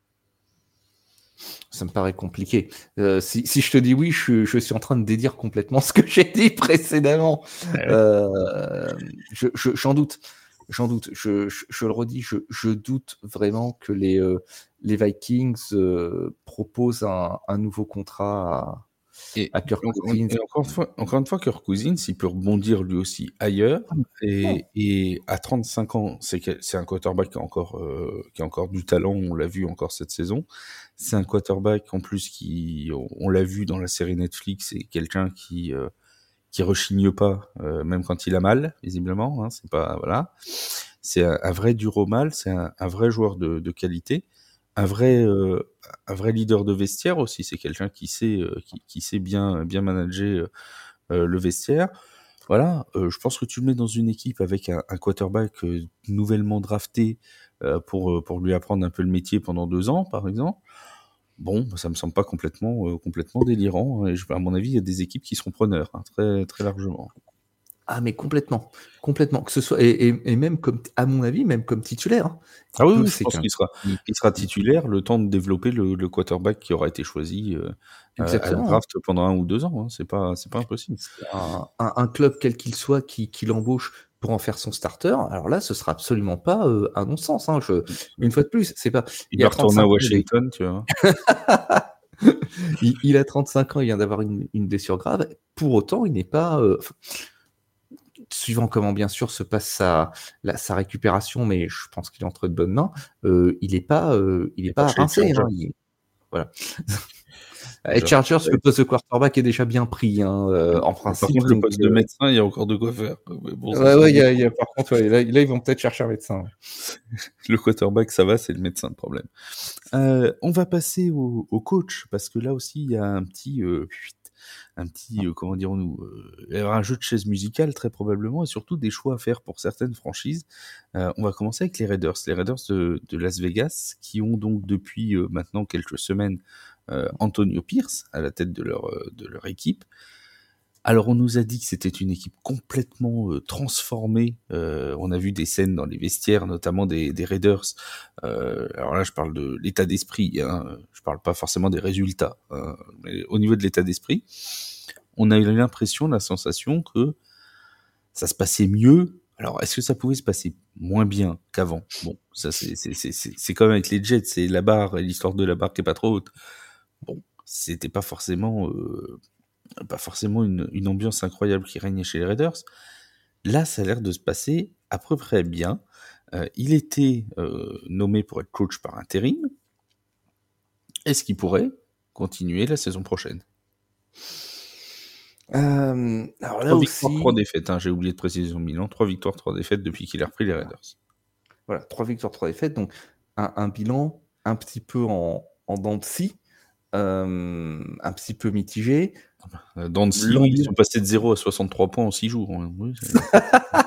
[SPEAKER 1] Ça me paraît compliqué. Euh, si, si je te dis oui, je, je suis en train de dédire complètement ce que j'ai dit précédemment.
[SPEAKER 2] Ah ouais.
[SPEAKER 1] Euh, je, je, j'en doute. J'en doute. Je, je, je le redis, je, je doute vraiment que les, euh, les Vikings euh, proposent un, un nouveau contrat à,
[SPEAKER 2] Et,
[SPEAKER 1] à Kirk
[SPEAKER 2] et
[SPEAKER 1] Cousins.
[SPEAKER 2] encore une fois, encore une fois, Kirk Cousins, il peut rebondir lui aussi ailleurs. Et, et à trente-cinq ans, c'est, que, c'est un quarterback qui a encore, euh, qui a encore du talent. On l'a vu encore cette saison. C'est un quarterback en plus qui, on, on l'a vu dans la série Netflix, c'est quelqu'un qui euh, qui rechigne pas, euh, même quand il a mal, visiblement. Hein, c'est pas voilà. C'est un, un vrai dur au mal. C'est un, un vrai joueur de, de qualité. Un vrai, euh, un vrai leader de vestiaire aussi. C'est quelqu'un qui sait, euh, qui, qui sait bien, bien manager euh, le vestiaire. Voilà. Euh, je pense que tu le mets dans une équipe avec un, un quarterback euh, nouvellement drafté euh, pour pour lui apprendre un peu le métier pendant deux ans, par exemple. Bon, ça me semble pas complètement, euh, complètement délirant. Hein, et je, à mon avis, il y a des équipes qui seront preneurs, hein, très, très largement.
[SPEAKER 1] Ah, mais complètement. Complètement. Que ce soit, et, et, et même comme, à mon avis, même comme titulaire. Hein.
[SPEAKER 2] Ah oui,
[SPEAKER 1] Peut,
[SPEAKER 2] oui, je
[SPEAKER 1] c'est
[SPEAKER 2] pense
[SPEAKER 1] qu'un...
[SPEAKER 2] qu'il sera, il sera titulaire le temps de développer le, le quarterback qui aura été choisi euh, à la
[SPEAKER 1] Exactement.
[SPEAKER 2] draft pendant un ou deux ans. Hein. C'est pas, c'est pas impossible.
[SPEAKER 1] Un, un, un club quel qu'il soit qui, qui l'embauche pour en faire son starter, alors là, ce sera absolument pas euh, un non-sens. Hein. Je, une fois de plus, c'est pas.
[SPEAKER 2] Il
[SPEAKER 1] Il
[SPEAKER 2] va
[SPEAKER 1] a
[SPEAKER 2] retourner à
[SPEAKER 1] trente-cinq ans, il, est...
[SPEAKER 2] Washington, tu vois.
[SPEAKER 1] il, il a trente-cinq ans, il vient d'avoir une, une blessure grave. Pour autant, il n'est pas. Euh... Suivant comment bien sûr se passe sa, la, sa récupération, mais je pense qu'il est entre de bonnes mains. Euh, il n'est pas, euh, il est pas, pas rincé. Hein, il... Voilà. Et Chargers, le poste de quarterback est déjà bien pris, hein, euh, en principe.
[SPEAKER 2] Par contre,
[SPEAKER 1] donc,
[SPEAKER 2] le poste de médecin, il y a encore de quoi faire.
[SPEAKER 1] Mais bon, ouais, ouais, il y a, y a, par contre, ouais, là, là, ils vont peut-être chercher un médecin.
[SPEAKER 2] Le quarterback, ça va, c'est le médecin le problème. Euh, on va passer au, au coach, parce que là aussi, il y a un petit, euh, un petit, euh, comment dirons-nous, euh, un jeu de chaises musicales très probablement, et surtout des choix à faire pour certaines franchises. Euh, on va commencer avec les Raiders, les Raiders de, de Las Vegas, qui ont donc depuis euh, maintenant quelques semaines euh, Antonio Pierce à la tête de leur, euh, de leur équipe. Alors on nous a dit que c'était une équipe complètement euh, transformée. Euh, on a vu des scènes dans les vestiaires, notamment des, des Raiders. Euh, alors là, je parle de l'état d'esprit. Hein. Je parle pas forcément des résultats. Hein. Mais au niveau de l'état d'esprit, on a eu l'impression, la sensation que ça se passait mieux. Alors, est-ce que ça pouvait se passer moins bien qu'avant? Bon, ça c'est c'est c'est c'est c'est comme avec les Jets, c'est la barre, l'histoire de la barre qui est pas trop haute. Bon, c'était pas forcément euh, pas forcément une, une ambiance incroyable qui régnait chez les Raiders. Là, ça a l'air de se passer à peu près bien. Euh, il était euh, nommé pour être coach par intérim. Est-ce qu'il pourrait continuer la saison prochaine?
[SPEAKER 1] Euh, alors là
[SPEAKER 2] trois
[SPEAKER 1] aussi...
[SPEAKER 2] victoires, trois défaites. Hein, j'ai oublié de préciser son bilan. Trois victoires, trois défaites depuis qu'il a repris les Raiders.
[SPEAKER 1] Voilà, trois victoires, trois défaites. Donc, un, un bilan un petit peu en, en dents de scie, euh, un petit peu mitigé.
[SPEAKER 2] Dans le six, ils sont passés de zéro à soixante-trois points en six jours. Hein. Oui,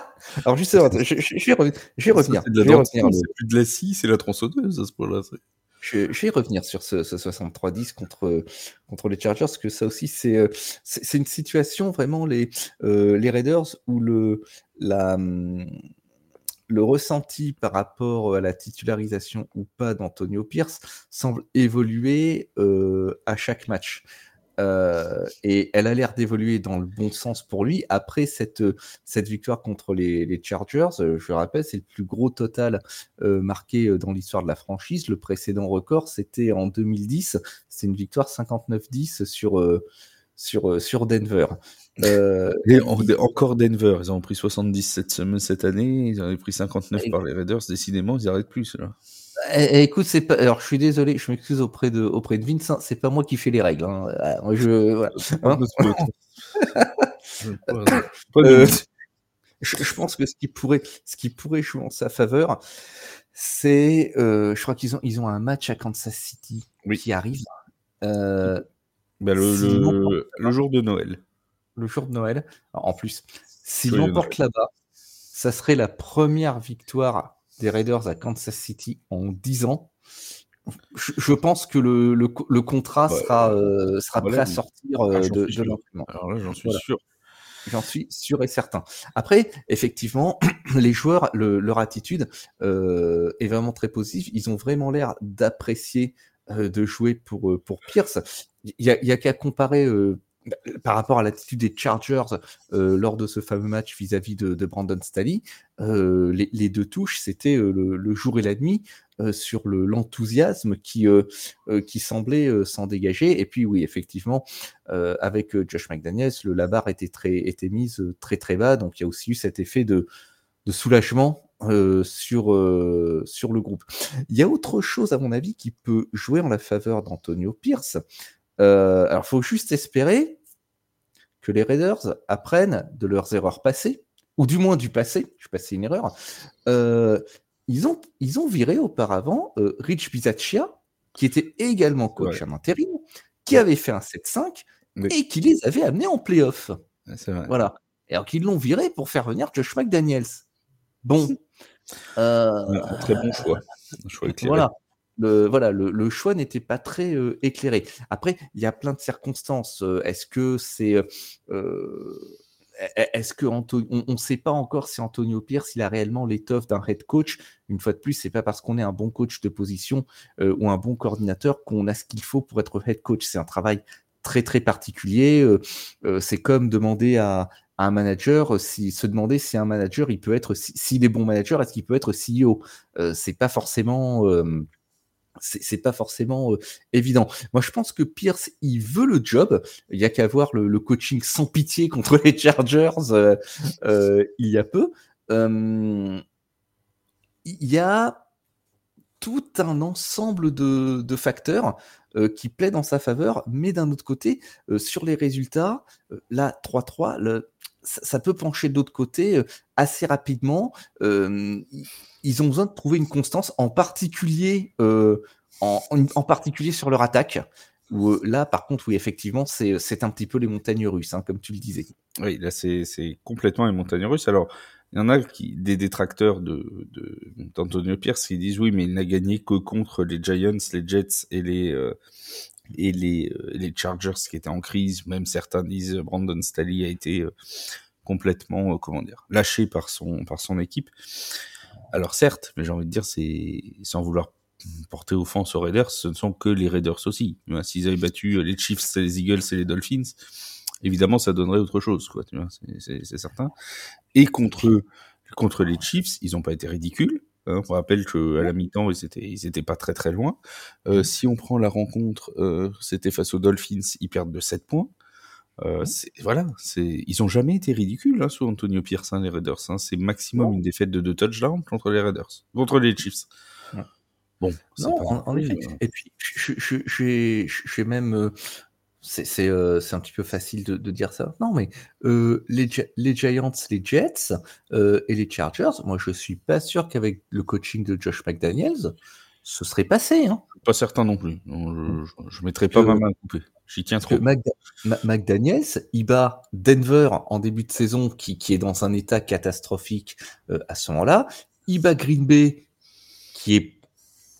[SPEAKER 1] alors justement, je, je, je vais revenir. Je vais revenir.
[SPEAKER 2] C'est, de la
[SPEAKER 1] je vais revenir
[SPEAKER 2] c'est plus de la scie, c'est la tronçonneuse à ce point-là. C'est...
[SPEAKER 1] Je, je vais revenir sur ce, ce soixante-trois dix contre, contre les Chargers, parce que ça aussi, c'est, euh, c'est, c'est une situation vraiment, les, euh, les Raiders, où le, la, hum, le ressenti par rapport à la titularisation ou pas d'Antonio Pierce semble évoluer euh, à chaque match. Euh, et elle a l'air d'évoluer dans le bon sens pour lui. Après cette, cette victoire contre les, les Chargers, euh, je le rappelle, c'est le plus gros total euh, marqué dans l'histoire de la franchise. Le précédent record, c'était en deux mille dix. C'est une victoire cinquante-neuf dix sur, euh, sur, euh, sur Denver. Euh,
[SPEAKER 2] Et en-
[SPEAKER 1] il-
[SPEAKER 2] encore Denver, ils ont pris soixante-dix cette, semaine- cette année, ils en avaient pris cinquante-neuf par les Raiders, décidément, ils n'arrêtent plus, ceux-là.
[SPEAKER 1] Eh, eh, écoute, c'est pas. Alors, je suis désolé, je m'excuse auprès de auprès de Vince. hein, C'est pas moi qui fais les règles. hein. Ah, moi, je. Voilà.
[SPEAKER 2] Pas
[SPEAKER 1] Hein
[SPEAKER 2] de notre faute. Pas, pas de
[SPEAKER 1] Euh,
[SPEAKER 2] nous.
[SPEAKER 1] je, je pense que ce qui pourrait, ce qui pourrait jouer en sa faveur, c'est, euh, je crois qu'ils ont, ils ont un match à Kansas City
[SPEAKER 2] Oui.
[SPEAKER 1] qui arrive. Euh,
[SPEAKER 2] Bah, le,
[SPEAKER 1] s'ils l'emportent
[SPEAKER 2] le, le jour de Noël.
[SPEAKER 1] le jour de Noël, en plus, s'ils
[SPEAKER 2] Joyeux
[SPEAKER 1] l'emportent là-bas, ça serait la première victoire des Raiders à Kansas City en dix ans. Je, je pense que le, le, le contrat
[SPEAKER 2] Bah,
[SPEAKER 1] sera, euh, sera
[SPEAKER 2] voilà,
[SPEAKER 1] prêt à
[SPEAKER 2] oui.
[SPEAKER 1] sortir
[SPEAKER 2] Ah,
[SPEAKER 1] euh,
[SPEAKER 2] j'en
[SPEAKER 1] de,
[SPEAKER 2] suis
[SPEAKER 1] de
[SPEAKER 2] sûr.
[SPEAKER 1] l'instrument.
[SPEAKER 2] Alors là, j'en suis
[SPEAKER 1] Voilà.
[SPEAKER 2] sûr.
[SPEAKER 1] J'en suis sûr et certain. Après, effectivement, les joueurs, le, leur attitude euh, est vraiment très positive. Ils ont vraiment l'air d'apprécier euh, de jouer pour, euh, pour Pierce. Il y a, il y a qu'à comparer euh, par rapport à l'attitude des Chargers euh, lors de ce fameux match vis-à-vis de, de Brandon Staley. Euh, les, les deux touches, c'était euh, le, le jour et la nuit euh, sur le, l'enthousiasme qui, euh, euh, qui semblait euh, s'en dégager. Et puis oui, effectivement, euh, avec euh, Josh McDaniels, le, la barre était, très, était mise euh, très très bas. Donc il y a aussi eu cet effet de, de soulagement euh, sur, euh, sur le groupe. Il y a autre chose, à mon avis, qui peut jouer en la faveur d'Antonio Pierce. Euh, alors, il faut juste espérer que les Raiders apprennent de leurs erreurs passées, ou du moins du passé, je passais une erreur. Euh, ils, ont, ils ont viré auparavant euh, Rich Bisaccia, qui était également coach en intérim, qui
[SPEAKER 2] Ouais.
[SPEAKER 1] avait fait un sept cinq
[SPEAKER 2] Oui.
[SPEAKER 1] et qui les avait amenés en playoff.
[SPEAKER 2] C'est vrai.
[SPEAKER 1] Voilà. Et alors qu'ils l'ont viré pour faire venir Josh McDaniels. Bon. Euh,
[SPEAKER 2] Un très bon choix. Un choix éclairé.
[SPEAKER 1] Voilà. Le, voilà, le, le choix n'était pas très euh, éclairé. Après, il y a plein de circonstances. Euh, est-ce que c'est, euh, est-ce que Anto- on ne sait pas encore si Antonio Pierce il a réellement l'étoffe d'un head coach. Une fois de plus, c'est pas parce qu'on est un bon coach de position euh, ou un bon coordinateur qu'on a ce qu'il faut pour être head coach. C'est un travail très très particulier. Euh, euh, c'est comme demander à, à un manager, si, se demander si un manager il peut être, si- s'il est bon manager, est-ce qu'il peut être C E O. Euh, c'est pas forcément euh, c'est, c'est pas forcément euh, évident. Moi, je pense que Pierce, il veut le job. Il y a qu'à voir le, le coaching sans pitié contre les Chargers euh, euh, il y a peu. Euh, il y a tout un ensemble de, de facteurs euh, qui plaident en sa faveur, mais d'un autre côté, euh, sur les résultats, euh, là, trois trois, le, ça, ça peut pencher de l'autre côté euh, assez rapidement. Euh, ils ont besoin de trouver une constance, en particulier, euh, en, en, en particulier sur leur attaque. Où, euh, là, par contre, oui, effectivement, c'est, c'est un petit peu les montagnes russes, hein, comme tu le disais.
[SPEAKER 2] Oui, là, c'est, c'est complètement les montagnes russes. Alors, il y en a qui, des détracteurs de, de, d'Antonio Pierce qui disent oui, mais il n'a gagné que contre les Giants, les Jets et les, euh, et les, euh, les Chargers qui étaient en crise. Même certains disent Brandon Staley a été euh, complètement, euh, comment dire, lâché par son, par son équipe. Alors, certes, mais j'ai envie de dire, c'est, sans vouloir porter offense aux Raiders, ce ne sont que les Raiders aussi. S'ils avaient battu les Chiefs, les Eagles et les Dolphins, évidemment, ça donnerait autre chose, quoi, tu vois, c'est, c'est, c'est certain. Et contre, contre les Chiefs, ils n'ont pas été ridicules. Hein. On rappelle qu'à la mi-temps, ils étaient, ils étaient pas très très loin. Euh, si on prend la rencontre, euh, c'était face aux Dolphins, ils perdent de sept points. Euh, c'est, voilà, c'est, ils ont jamais été ridicules hein, sous Antonio Pierce, hein, les Raiders. Hein. C'est maximum une défaite de deux touchdowns contre les Raiders, contre les Chiefs. Bon, c'est
[SPEAKER 1] non,
[SPEAKER 2] pas
[SPEAKER 1] en, en effet. Euh... Et puis, je, je, je, vais, je vais même. Euh, c'est, c'est, euh, c'est un petit peu facile de, de dire ça. Non, mais euh, les, les Giants, les Jets euh, et les Chargers, moi, je suis pas sûr qu'avec le coaching de Josh McDaniels, ce serait passé. Hein.
[SPEAKER 2] Pas certain non plus. Non, je, je, je mettrais pas que, ma main à couper. J'y tiens trop.
[SPEAKER 1] Magda- Ma- McDaniels, il bat Denver en début de saison, qui, qui est dans un état catastrophique euh, à ce moment-là. Il bat Green Bay, qui est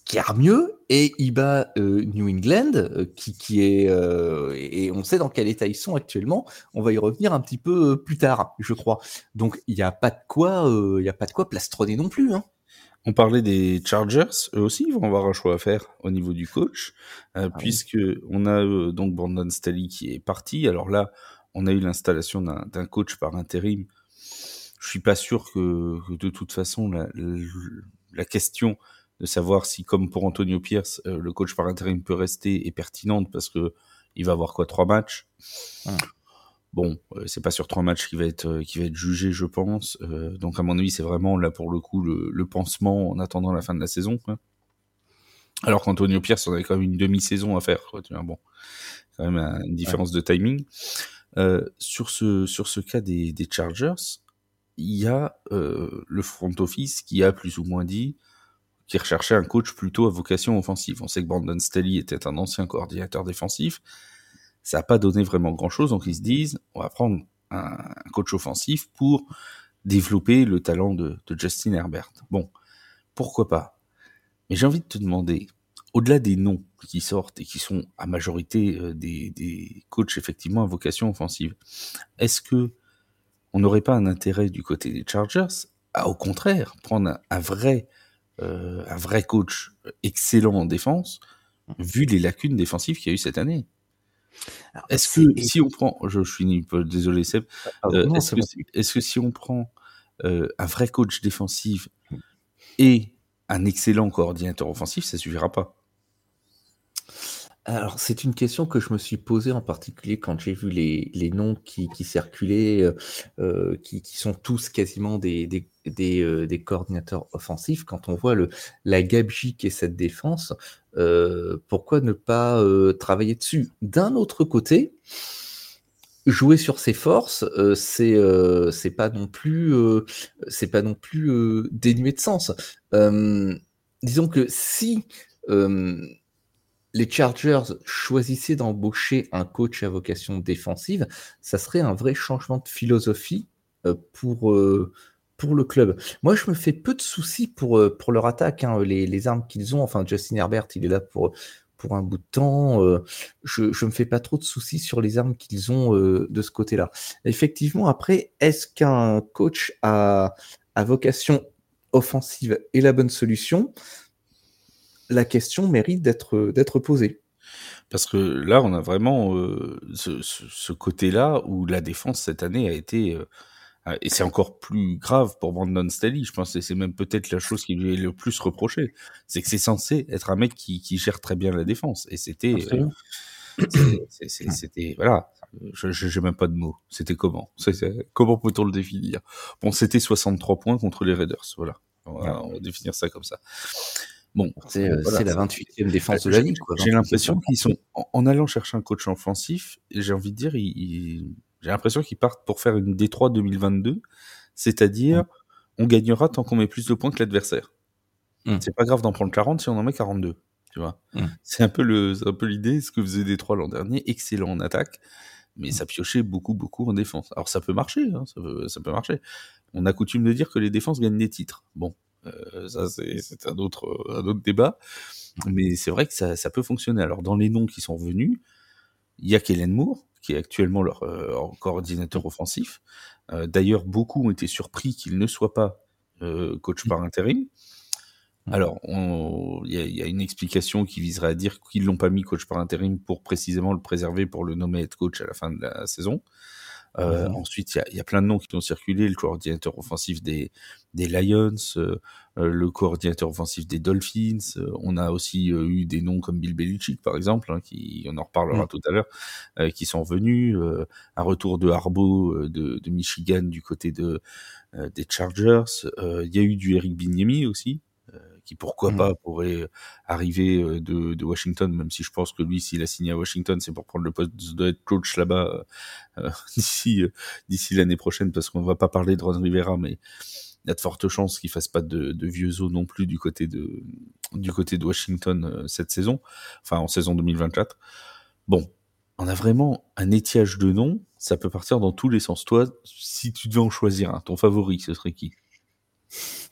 [SPEAKER 1] guère mieux et il bat euh, New England euh, qui, qui est euh, et on sait dans quel état ils sont actuellement. On va y revenir un petit peu euh, plus tard, je crois. Donc il n'y a pas de quoi, euh, il y a pas de quoi plastronner non plus. Hein.
[SPEAKER 2] On parlait des Chargers, eux aussi ils vont avoir un choix à faire au niveau du coach, euh,
[SPEAKER 1] Ah oui.
[SPEAKER 2] puisque on a euh, donc Brandon Staley qui est parti. Alors là, on a eu l'installation d'un, d'un coach par intérim. Je suis pas sûr que, que de toute façon la, la, la question de savoir si, comme pour Antonio Pierce, euh, le coach par intérim peut rester est pertinente parce que il va avoir quoi, trois matchs.
[SPEAKER 1] Hum.
[SPEAKER 2] Bon, euh, c'est pas sur trois matchs qu'il va être euh, qu'il va être jugé, je pense. Euh, donc à mon avis, c'est vraiment là pour le coup le, le pansement en attendant la fin de la saison. Quoi. Alors qu'Antonio Pierce, on avait quand même une demi-saison à faire. Quoi, tu vois, bon, quand même un- une
[SPEAKER 1] Ouais.
[SPEAKER 2] différence de timing. Euh, sur ce sur ce cas des, des Chargers, il y a euh, le front office qui a plus ou moins dit qu'il recherchait un coach plutôt à vocation offensive. On sait que Brandon Staley était un ancien coordinateur défensif. Ça n'a pas donné vraiment grand-chose, donc ils se disent, on va prendre un, un coach offensif pour développer le talent de, de Justin Herbert. Bon, pourquoi pas. Mais j'ai envie de te demander, au-delà des noms qui sortent et qui sont à majorité euh, des, des coachs effectivement à vocation offensive, est-ce que on n'aurait pas un intérêt du côté des Chargers à, au contraire, prendre un, un vrai, euh, un vrai coach excellent en défense, vu les lacunes défensives qu'il y a eu cette année?
[SPEAKER 1] Alors,
[SPEAKER 2] Est-ce que
[SPEAKER 1] c'est
[SPEAKER 2] si on prend, je, je finis, peu- désolé Seb,
[SPEAKER 1] pardon,
[SPEAKER 2] euh,
[SPEAKER 1] non,
[SPEAKER 2] est-ce
[SPEAKER 1] c'est
[SPEAKER 2] que
[SPEAKER 1] bon.
[SPEAKER 2] si- est-ce que si on prend euh, un vrai coach défensif et un excellent coordinateur offensif, ça suffira pas?
[SPEAKER 1] Alors, c'est une question que je me suis posée en particulier quand j'ai vu les, les noms qui, qui circulaient, euh, euh, qui, qui sont tous quasiment des, des, des, euh, des coordinateurs offensifs. Quand on voit le, la gabegie qu'est cette défense, euh, pourquoi ne pas euh, travailler dessus? D'un autre côté, jouer sur ses forces, euh, c'est euh, c'est pas non plus euh, c'est pas non plus euh, dénué de sens. Euh, disons que si euh, les Chargers choisissaient d'embaucher un coach à vocation défensive, ça serait un vrai changement de philosophie euh, pour, euh, pour le club. Moi, je me fais peu de soucis pour, euh, pour leur attaque, hein, les, les armes qu'ils ont. Enfin, Justin Herbert, il est là pour, pour un bout de temps. Euh, je ne me fais pas trop de soucis sur les armes qu'ils ont euh, de ce côté-là. Effectivement, après, est-ce qu'un coach à, à vocation offensive est la bonne solution? La question mérite d'être d'être posée.
[SPEAKER 2] Parce que là, on a vraiment euh, ce, ce, ce côté-là où la défense cette année a été, euh, euh, et c'est encore plus grave pour Brandon Staley. Je pense que c'est même peut-être la chose qui lui est le plus reprochée, c'est que c'est censé être un mec qui, qui gère très bien la défense, et c'était, euh,
[SPEAKER 1] Absolument.
[SPEAKER 2] c'est- c'est- c'est- c'était, voilà. Je je- j'ai même pas de mots. C'était comment? C'est- c'est- comment peut-on le définir? Bon, c'était soixante-trois points contre les Raiders. Voilà. On
[SPEAKER 1] Ouais.
[SPEAKER 2] va, on va définir ça comme ça. Bon,
[SPEAKER 1] C'est euh,
[SPEAKER 2] voilà.
[SPEAKER 1] c'est la vingt-huitième
[SPEAKER 2] Euh,
[SPEAKER 1] défense de la
[SPEAKER 2] J'ai
[SPEAKER 1] ligue, quoi.
[SPEAKER 2] j'ai
[SPEAKER 1] vingt-huitième
[SPEAKER 2] l'impression
[SPEAKER 1] seulement.
[SPEAKER 2] qu'ils sont, en, en allant chercher un coach offensif, et j'ai envie de dire, ils, ils- j'ai l'impression qu'ils partent pour faire une Détroit deux mille vingt-deux,
[SPEAKER 1] Mm.
[SPEAKER 2] c'est-à-dire, on gagnera tant qu'on met plus de points que l'adversaire.
[SPEAKER 1] Mm.
[SPEAKER 2] C'est pas grave d'en prendre quarante si on en met quarante-deux, tu vois.
[SPEAKER 1] Mm.
[SPEAKER 2] C'est un peu le, c'est un peu l'idée, ce que faisait Détroit l'an dernier, excellent en attaque, mais ça piochait beaucoup, beaucoup en défense. Alors ça peut marcher, hein, ça peut, ça peut marcher. On a coutume de dire que les défenses gagnent des titres. Bon, euh, ça c'est c'est un autre, un autre débat, mais c'est vrai que ça, ça peut fonctionner. Alors dans les noms qui sont revenus, il y a Kellen Moore, qui est actuellement leur euh, coordinateur offensif. Euh, D'ailleurs, beaucoup ont été surpris qu'il ne soit pas euh, coach par intérim.
[SPEAKER 1] Mm.
[SPEAKER 2] Alors, on- il y, a- il y a une explication qui viserait à dire qu'ils l'ont pas mis coach par intérim pour précisément le préserver pour le nommer head coach à la fin de la saison. Euh,
[SPEAKER 1] Mhm.
[SPEAKER 2] ensuite, il y a, il y a plein de noms qui ont circulé. Le coordinateur offensif des, des Lions, euh, euh, le coordinateur offensif des Dolphins. Euh, on a aussi euh, eu des noms comme Bill Belichick, par exemple, hein, qui, on en reparlera
[SPEAKER 1] Mm.
[SPEAKER 2] tout à l'heure, euh, qui sont venus. Euh, un retour de Harbaugh euh, de, de Michigan du côté de, euh, des Chargers. Euh, Il y a eu du Eric Bieniemy aussi, euh, qui pourquoi
[SPEAKER 1] Mm.
[SPEAKER 2] pas pourrait arriver euh, de, de Washington, même si je pense que lui, s'il a signé à Washington, c'est pour prendre le poste de head coach là-bas euh, d'ici euh, d'ici l'année prochaine, parce qu'on va pas parler de Ron Rivera, mais il y a de fortes chances qu'il fasse pas de, de vieux os non plus du côté de du côté de Washington euh, cette saison, enfin en saison deux mille vingt-quatre. Bon, on a vraiment un étiage de noms, ça peut partir dans tous les sens. Toi, si tu devais en choisir un, ton favori, ce serait qui?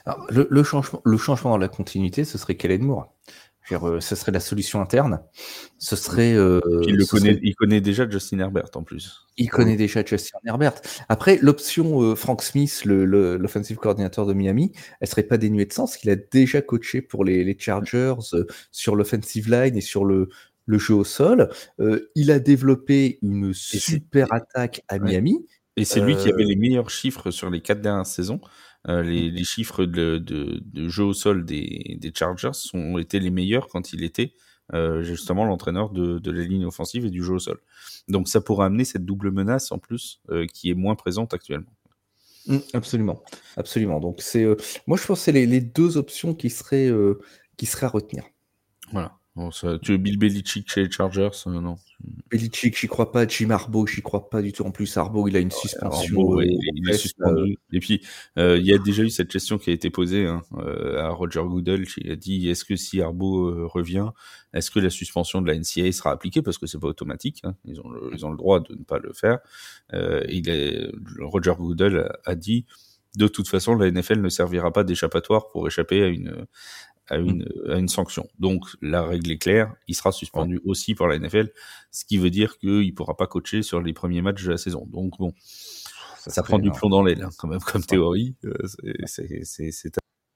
[SPEAKER 1] Alors, le, le, changement, le changement dans la continuité, ce serait Kellen Moore. Euh, ce serait la solution interne. Ce serait. Euh,
[SPEAKER 2] il, le
[SPEAKER 1] ce
[SPEAKER 2] connaît,
[SPEAKER 1] serait...
[SPEAKER 2] il connaît déjà Justin Herbert en plus.
[SPEAKER 1] Il connaît le... déjà Justin Herbert. Après, l'option euh, Frank Smith, le, le, l'offensive coordinator de Miami, elle serait pas dénuée de sens. Il a déjà coaché pour les, les Chargers euh, sur l'offensive line et sur le, le jeu au sol. Euh, il a développé une et super c'est... attaque à ouais. Miami.
[SPEAKER 2] Et c'est euh... lui qui avait les meilleurs chiffres sur les quatre dernières saisons. Euh, les, les chiffres de, de, de jeu au sol des, des Chargers ont été les meilleurs quand il était euh, justement l'entraîneur de, de la ligne offensive et du jeu au sol. Donc ça pourrait amener cette double menace en plus euh, qui est moins présente actuellement.
[SPEAKER 1] Mmh, absolument, absolument. Donc c'est, euh, moi je pense que c'est les, les deux options qui seraient, euh, qui seraient à retenir.
[SPEAKER 2] Voilà. Bon, ça, tu veux Bill Belichick chez les Chargers euh, non.
[SPEAKER 1] Belichick, j'y crois pas. Jim Harbaugh, j'y crois pas du tout. En plus, Harbaugh, il a une ouais, suspension.
[SPEAKER 2] Harbaugh, ouais, il, il est suspendu. Euh... Et puis, euh, il y a déjà eu cette question qui a été posée hein, euh, à Roger Goodell. Il a dit est-ce que si Harbaugh euh, revient, est-ce que la suspension de la N C A A sera appliquée parce que c'est pas automatique. Hein, ils ont le, ils ont le droit de ne pas le faire. Euh, il est, Roger Goodell a, a dit de toute façon, la N F L ne servira pas d'échappatoire pour échapper à une à une, mmh. à une sanction. Donc, la règle est claire, il sera suspendu ouais. aussi par la N F L, ce qui veut dire qu'il ne pourra pas coacher sur les premiers matchs de la saison. Donc, bon, ça, ça prend du plomb dans l'aile, hein, quand même, comme ouais. théorie. Euh, c'est, c'est, c'est, c'est...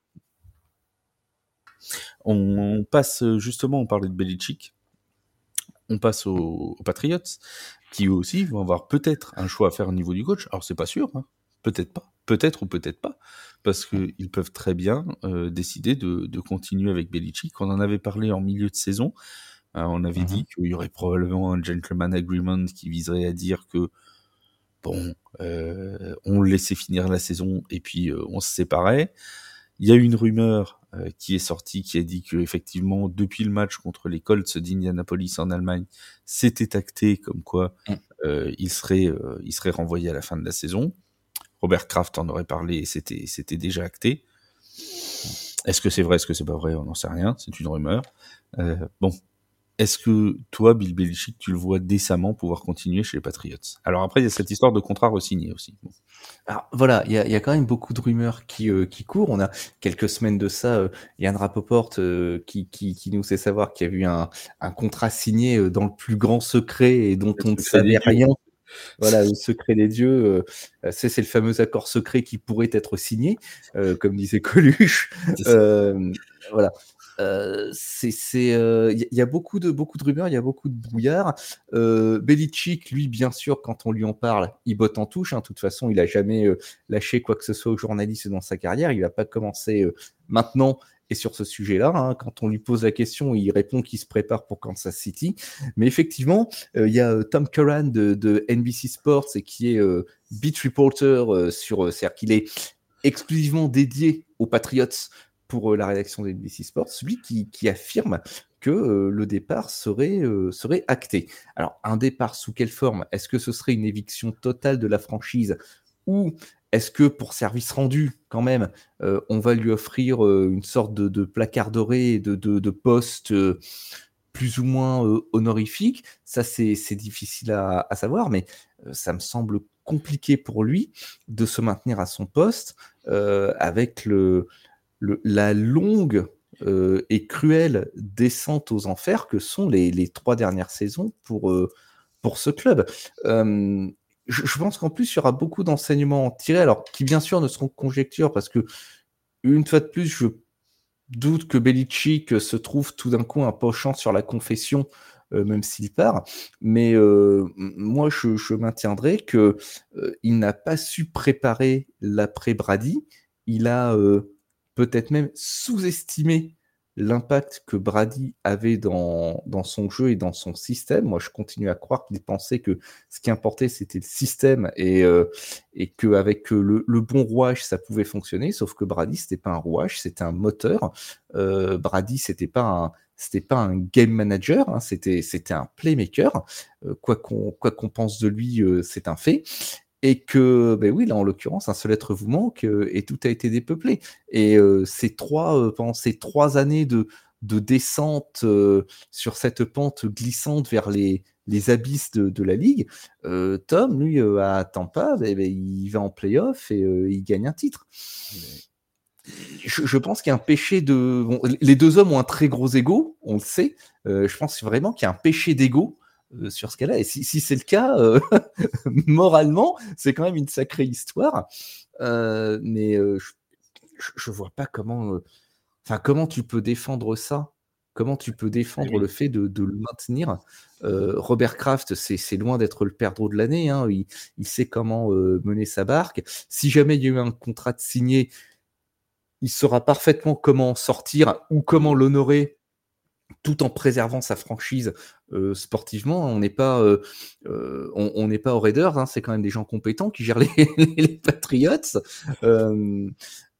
[SPEAKER 2] On, on passe, justement, on parlait de Belichick, on passe aux, aux Patriots, qui aussi vont avoir peut-être un choix à faire au niveau du coach. Alors, c'est pas sûr, hein, peut-être pas. Peut-être ou peut-être pas, parce qu'ils peuvent très bien euh, décider de, de continuer avec Belichick. On en avait parlé en milieu de saison. Euh, on avait mm-hmm. dit qu'il y aurait probablement un gentleman agreement qui viserait à dire que, bon, euh, on le laissait finir la saison et puis euh, on se séparait. Il y a eu une rumeur euh, qui est sortie qui a dit qu'effectivement, depuis le match contre les Colts d'Indianapolis en Allemagne, c'était acté comme quoi mm. euh, il, serait, euh, il serait renvoyé à la fin de la saison. Robert Kraft en aurait parlé et c'était, c'était déjà acté. Est-ce que c'est vrai, est-ce que c'est pas vrai, on n'en sait rien, c'est une rumeur. Euh, bon, est-ce que toi, Bill Belichick, tu le vois décemment pouvoir continuer chez les Patriots ? Alors après, il y a cette histoire de contrat re-signé aussi. Bon.
[SPEAKER 1] Alors voilà, il y a, y a quand même beaucoup de rumeurs qui, euh, qui courent. On a quelques semaines de ça, euh, Yann Rapoport euh, qui, qui, qui nous fait savoir qu'il y a eu un, un contrat signé euh, dans le plus grand secret et dont on ne savait rien. Voilà, le secret des dieux, euh, c'est, c'est le fameux accord secret qui pourrait être signé, euh, comme disait Coluche. Euh, voilà. Euh, c'est, c'est, euh, y, y a beaucoup de beaucoup de rumeurs, il y a beaucoup de brouillard. Euh, Belichick, lui, bien sûr, quand on lui en parle, il botte en touche. Hein. De toute façon, il a jamais euh, lâché quoi que ce soit aux journalistes dans sa carrière. Il va pas commencer euh, maintenant. Et sur ce sujet-là, hein, quand on lui pose la question, il répond qu'il se prépare pour Kansas City. Mais effectivement, il euh, y a euh, Tom Curran de, de N B C Sports et qui est euh, beat reporter euh, sur, euh, c'est-à-dire qu'il est exclusivement dédié aux Patriots pour euh, la rédaction de N B C Sports, celui qui, qui affirme que euh, le départ serait, euh, serait acté. Alors, un départ sous quelle forme ? Est-ce que ce serait une éviction totale de la franchise ou est-ce que pour service rendu, quand même, euh, on va lui offrir euh, une sorte de, de placard doré, de, de, de poste euh, plus ou moins euh, honorifique ? Ça, c'est, c'est difficile à, à savoir, mais euh, ça me semble compliqué pour lui de se maintenir à son poste euh, avec le, le, la longue euh, et cruelle descente aux enfers que sont les, les trois dernières saisons pour, euh, pour ce club. Euh, Je, je pense qu'en plus, il y aura beaucoup d'enseignements tirés, alors qui bien sûr ne seront que conjectures, parce que, une fois de plus, je doute que Belichick se trouve tout d'un coup un penchant sur la confession, euh, même s'il part. Mais euh, moi, je, je maintiendrai qu'il euh, n'a pas su préparer l'après-Brady. Il a euh, peut-être même sous-estimé l'impact que Brady avait dans, dans son jeu et dans son système. Moi, je continue à croire qu'il pensait que ce qui importait, c'était le système et, euh, et qu'avec le, le bon rouage, ça pouvait fonctionner, sauf que Brady, c'était pas un rouage, c'était un moteur. Euh, Brady, c'était pas un, c'était pas un game manager, hein, c'était, c'était un playmaker. Euh, quoi qu'on, quoi qu'on pense de lui, euh, c'est un fait. Et que, ben oui, là, en l'occurrence, un seul être vous manque euh, et tout a été dépeuplé. Et euh, ces trois, euh, pendant ces trois années de, de descente euh, sur cette pente glissante vers les, les abysses de, de la Ligue, euh, Tom, lui, euh, à Tampa, ben, ben, il va en play-off et euh, il gagne un titre. je, je pense qu'il y a un péché de. Bon, les deux hommes ont un très gros ego, on le sait. Euh, je pense vraiment qu'il y a un péché d'ego euh, sur ce cas-là. Et si, si c'est le cas, euh, moralement, c'est quand même une sacrée histoire. Euh, mais euh, je, je vois pas comment. euh, Enfin, comment tu peux défendre ça? Comment tu peux
[SPEAKER 2] Eh
[SPEAKER 1] défendre le
[SPEAKER 2] oui.
[SPEAKER 1] fait de, de le maintenir? Euh, Robert Kraft, c'est c'est loin d'être le perdreau de l'année. Hein. Il, il sait comment euh, mener sa barque. Si jamais il y a eu un contrat de signé, il saura parfaitement comment en sortir ou comment l'honorer tout en préservant sa franchise euh, sportivement. On n'est pas, euh, euh, on on n'est pas aux Raiders, hein, c'est quand même des gens compétents qui gèrent les, les Patriots. Euh,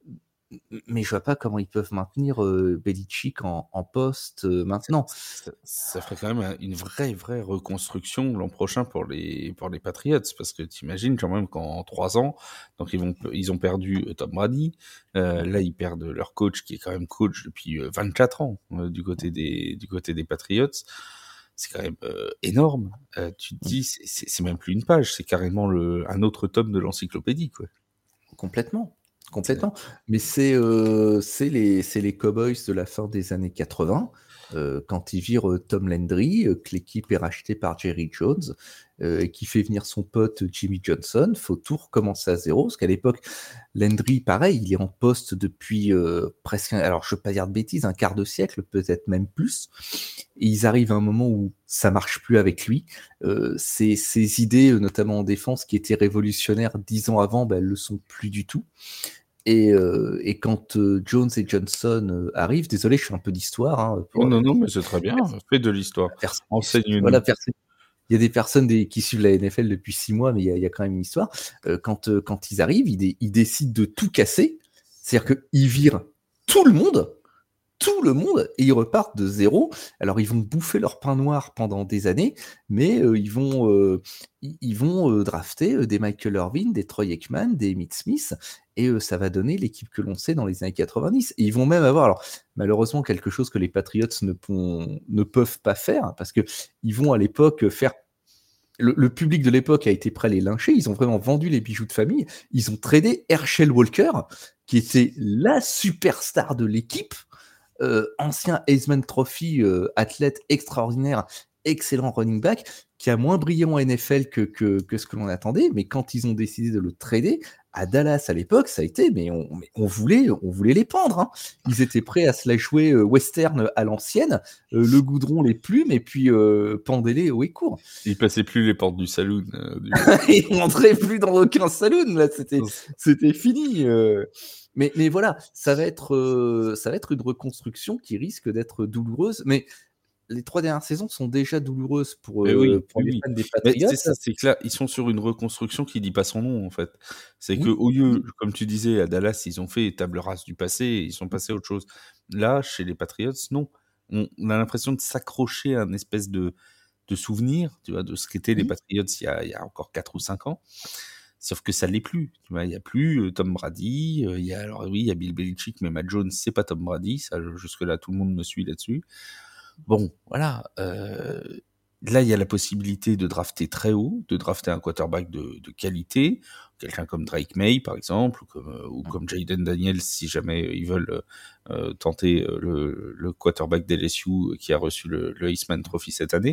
[SPEAKER 1] mais je vois pas comment ils peuvent maintenir euh, Belichick en, en poste euh, maintenant.
[SPEAKER 2] Ça, ça ferait quand même un- une vraie, vraie reconstruction l'an prochain pour les, pour les Patriots, parce que t'imagines quand même qu'en trois ans, donc ils vont, ils ont perdu euh, Tom Brady, euh, là ils perdent leur coach qui est quand même coach depuis euh, vingt-quatre ans euh, du côté des, du côté des Patriots. C'est quand même euh, énorme. Euh, tu te dis, c'est- c'est c'est même plus une page, c'est carrément le, un autre tome de l'encyclopédie, quoi.
[SPEAKER 1] Complètement,
[SPEAKER 2] C'est-
[SPEAKER 1] complètement. Mais c'est euh, c'est les, c'est les Cowboys de la fin des années quatre-vingts, euh, quand ils virent euh, Tom Landry, euh, que l'équipe est rachetée par Jerry Jones, euh, et qui fait venir son pote Jimmy Johnson. Faut tout recommencer à zéro, parce qu'à l'époque, Landry, pareil, il est en poste depuis euh, presque, un- alors je ne veux pas dire de bêtises, un quart de siècle, peut-être même plus. Et ils arrivent à un moment où ça marche plus avec lui. Euh, ses, ses idées, euh, notamment en défense, qui étaient révolutionnaires dix ans avant, ben, elles le sont plus du tout. Et, euh, et quand euh, Jones et Johnson euh, arrivent, désolé, je fais un peu d'histoire, hein, pour
[SPEAKER 2] Non,
[SPEAKER 1] euh,
[SPEAKER 2] non, mais c'est très bien, fais de l'histoire.
[SPEAKER 1] personne, voilà,
[SPEAKER 2] Enseigne-nous.
[SPEAKER 1] personne. Il y a des personnes des, qui suivent la N F L depuis six mois, mais il y a, il y a quand même une histoire. Euh, quand, euh, quand ils arrivent, ils, dé- ils décident de tout casser. C'est-à-dire qu'ils virent tout le monde, tout le monde, et ils repartent de zéro. Alors ils vont bouffer leur pain noir pendant des années, mais euh, ils vont, euh, ils ils vont euh, drafter euh, des Michael Irvin, des Troy Aikman, des Emmitt Smith, et euh, ça va donner l'équipe que l'on sait dans les années quatre-vingt-dix. Et ils vont même avoir, alors malheureusement, quelque chose que les Patriots ne, pon- ne peuvent pas faire, parce que ils vont à l'époque faire le, le public de l'époque a été prêt à les lyncher. Ils ont vraiment vendu les bijoux de famille. Ils ont tradé Herschel Walker, qui était la superstar de l'équipe, euh, ancien Heisman Trophy, euh, athlète extraordinaire, excellent running back, qui a moins brillé en N F L que, que, que ce que l'on attendait. Mais quand ils ont décidé de le trader, à Dallas à l'époque, ça a été, mais on, mais on, voulait, on voulait les pendre. Hein. Ils étaient prêts à se la jouer euh, western à l'ancienne, euh, le goudron, les plumes, et puis euh, pendez-les au écourt.
[SPEAKER 2] Il passait plus les portes du saloon. Euh, du...
[SPEAKER 1] Ils rentraient plus dans aucun saloon, là, c'était, c'était fini. Euh. Mais, mais voilà, ça va, être, euh, ça va être une reconstruction qui risque d'être douloureuse. Mais les trois dernières saisons sont déjà douloureuses pour,
[SPEAKER 2] Mais oui,
[SPEAKER 1] euh, pour
[SPEAKER 2] oui,
[SPEAKER 1] les
[SPEAKER 2] oui.
[SPEAKER 1] fans des
[SPEAKER 2] Mais
[SPEAKER 1] Patriots.
[SPEAKER 2] c'est ça, c'est que là, ils sont sur une reconstruction qui dit pas son nom, en fait. C'est que
[SPEAKER 1] Oui,
[SPEAKER 2] au lieu,
[SPEAKER 1] oui,
[SPEAKER 2] comme tu disais, à Dallas, ils ont fait table rase du passé, ils sont passés à autre chose. Là, chez les Patriots, non. On, on a l'impression de s'accrocher à une espèce de, de souvenir, tu vois, de ce qu'étaient les
[SPEAKER 1] oui.
[SPEAKER 2] Patriots il y a, il y a encore quatre ou cinq ans. Sauf que ça l'est plus. Tu vois, il y a plus euh, Tom Brady. euh, Il y a alors oui, il y a Bill Belichick, mais Matt Jones, c'est pas Tom Brady. Ça, jusque là, tout le monde me suit là-dessus. Bon, voilà. Euh, là, il y a la possibilité de drafter très haut, de drafter un quarterback de, de qualité, quelqu'un comme Drake May, par exemple, ou comme, euh, ou comme Jaden Daniels, si jamais ils veulent euh, tenter euh, le, le quarterback d'L S U qui a reçu le, le Heisman Trophy cette année.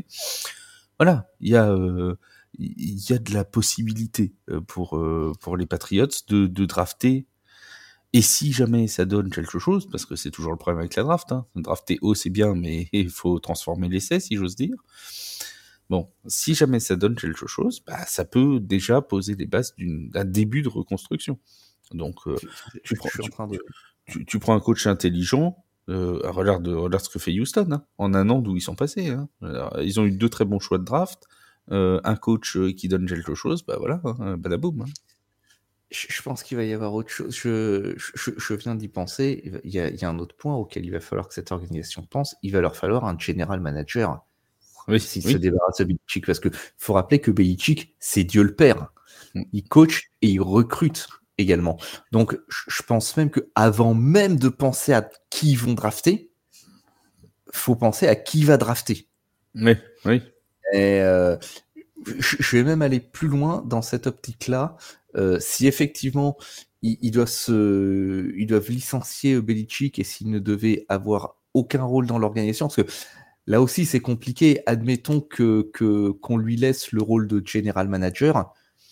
[SPEAKER 2] Voilà, il y a, euh, il y a de la possibilité euh, pour, euh, pour les Patriots de, de drafter. Et si jamais ça donne quelque chose, parce que c'est toujours le problème avec la draft, hein, drafter haut c'est bien, mais il faut transformer l'essai, si j'ose dire. Bon, si jamais ça donne quelque chose, bah, ça peut déjà poser les bases d'une- d'un début de reconstruction. Donc, euh,
[SPEAKER 1] Je, je-
[SPEAKER 2] tu,
[SPEAKER 1] je
[SPEAKER 2] prends,
[SPEAKER 1] suis en
[SPEAKER 2] tu,
[SPEAKER 1] train de.
[SPEAKER 2] tu, tu prends un coach intelligent, euh, regarde, regarde ce que fait Houston, hein, en un an d'où ils sont passés. Hein. Alors, ils ont eu deux très bons choix de draft, euh, un coach euh, qui donne quelque chose, bah voilà, hein, badaboum. Hein.
[SPEAKER 1] Je, je pense qu'il va y avoir autre chose. Je, je, je viens d'y penser. Il y, a, il y a un autre point auquel il va falloir que cette organisation pense. Il va leur falloir un general manager
[SPEAKER 2] Oui,
[SPEAKER 1] s'ils se
[SPEAKER 2] oui.
[SPEAKER 1] débarrassent de Belichick. Parce que faut rappeler que Belichick, c'est Dieu le Père.
[SPEAKER 2] Mm.
[SPEAKER 1] Il coach et il recrute également. Donc, je pense même qu'avant même de penser à qui ils vont drafter, faut penser à qui va drafter.
[SPEAKER 2] Oui, oui.
[SPEAKER 1] Et euh, je vais même aller plus loin dans cette optique-là. Euh, si effectivement ils, ils doivent se, ils doivent licencier Belichick et s'il ne devait avoir aucun rôle dans l'organisation, parce que là aussi c'est compliqué. Admettons que, que qu'on lui laisse le rôle de general manager,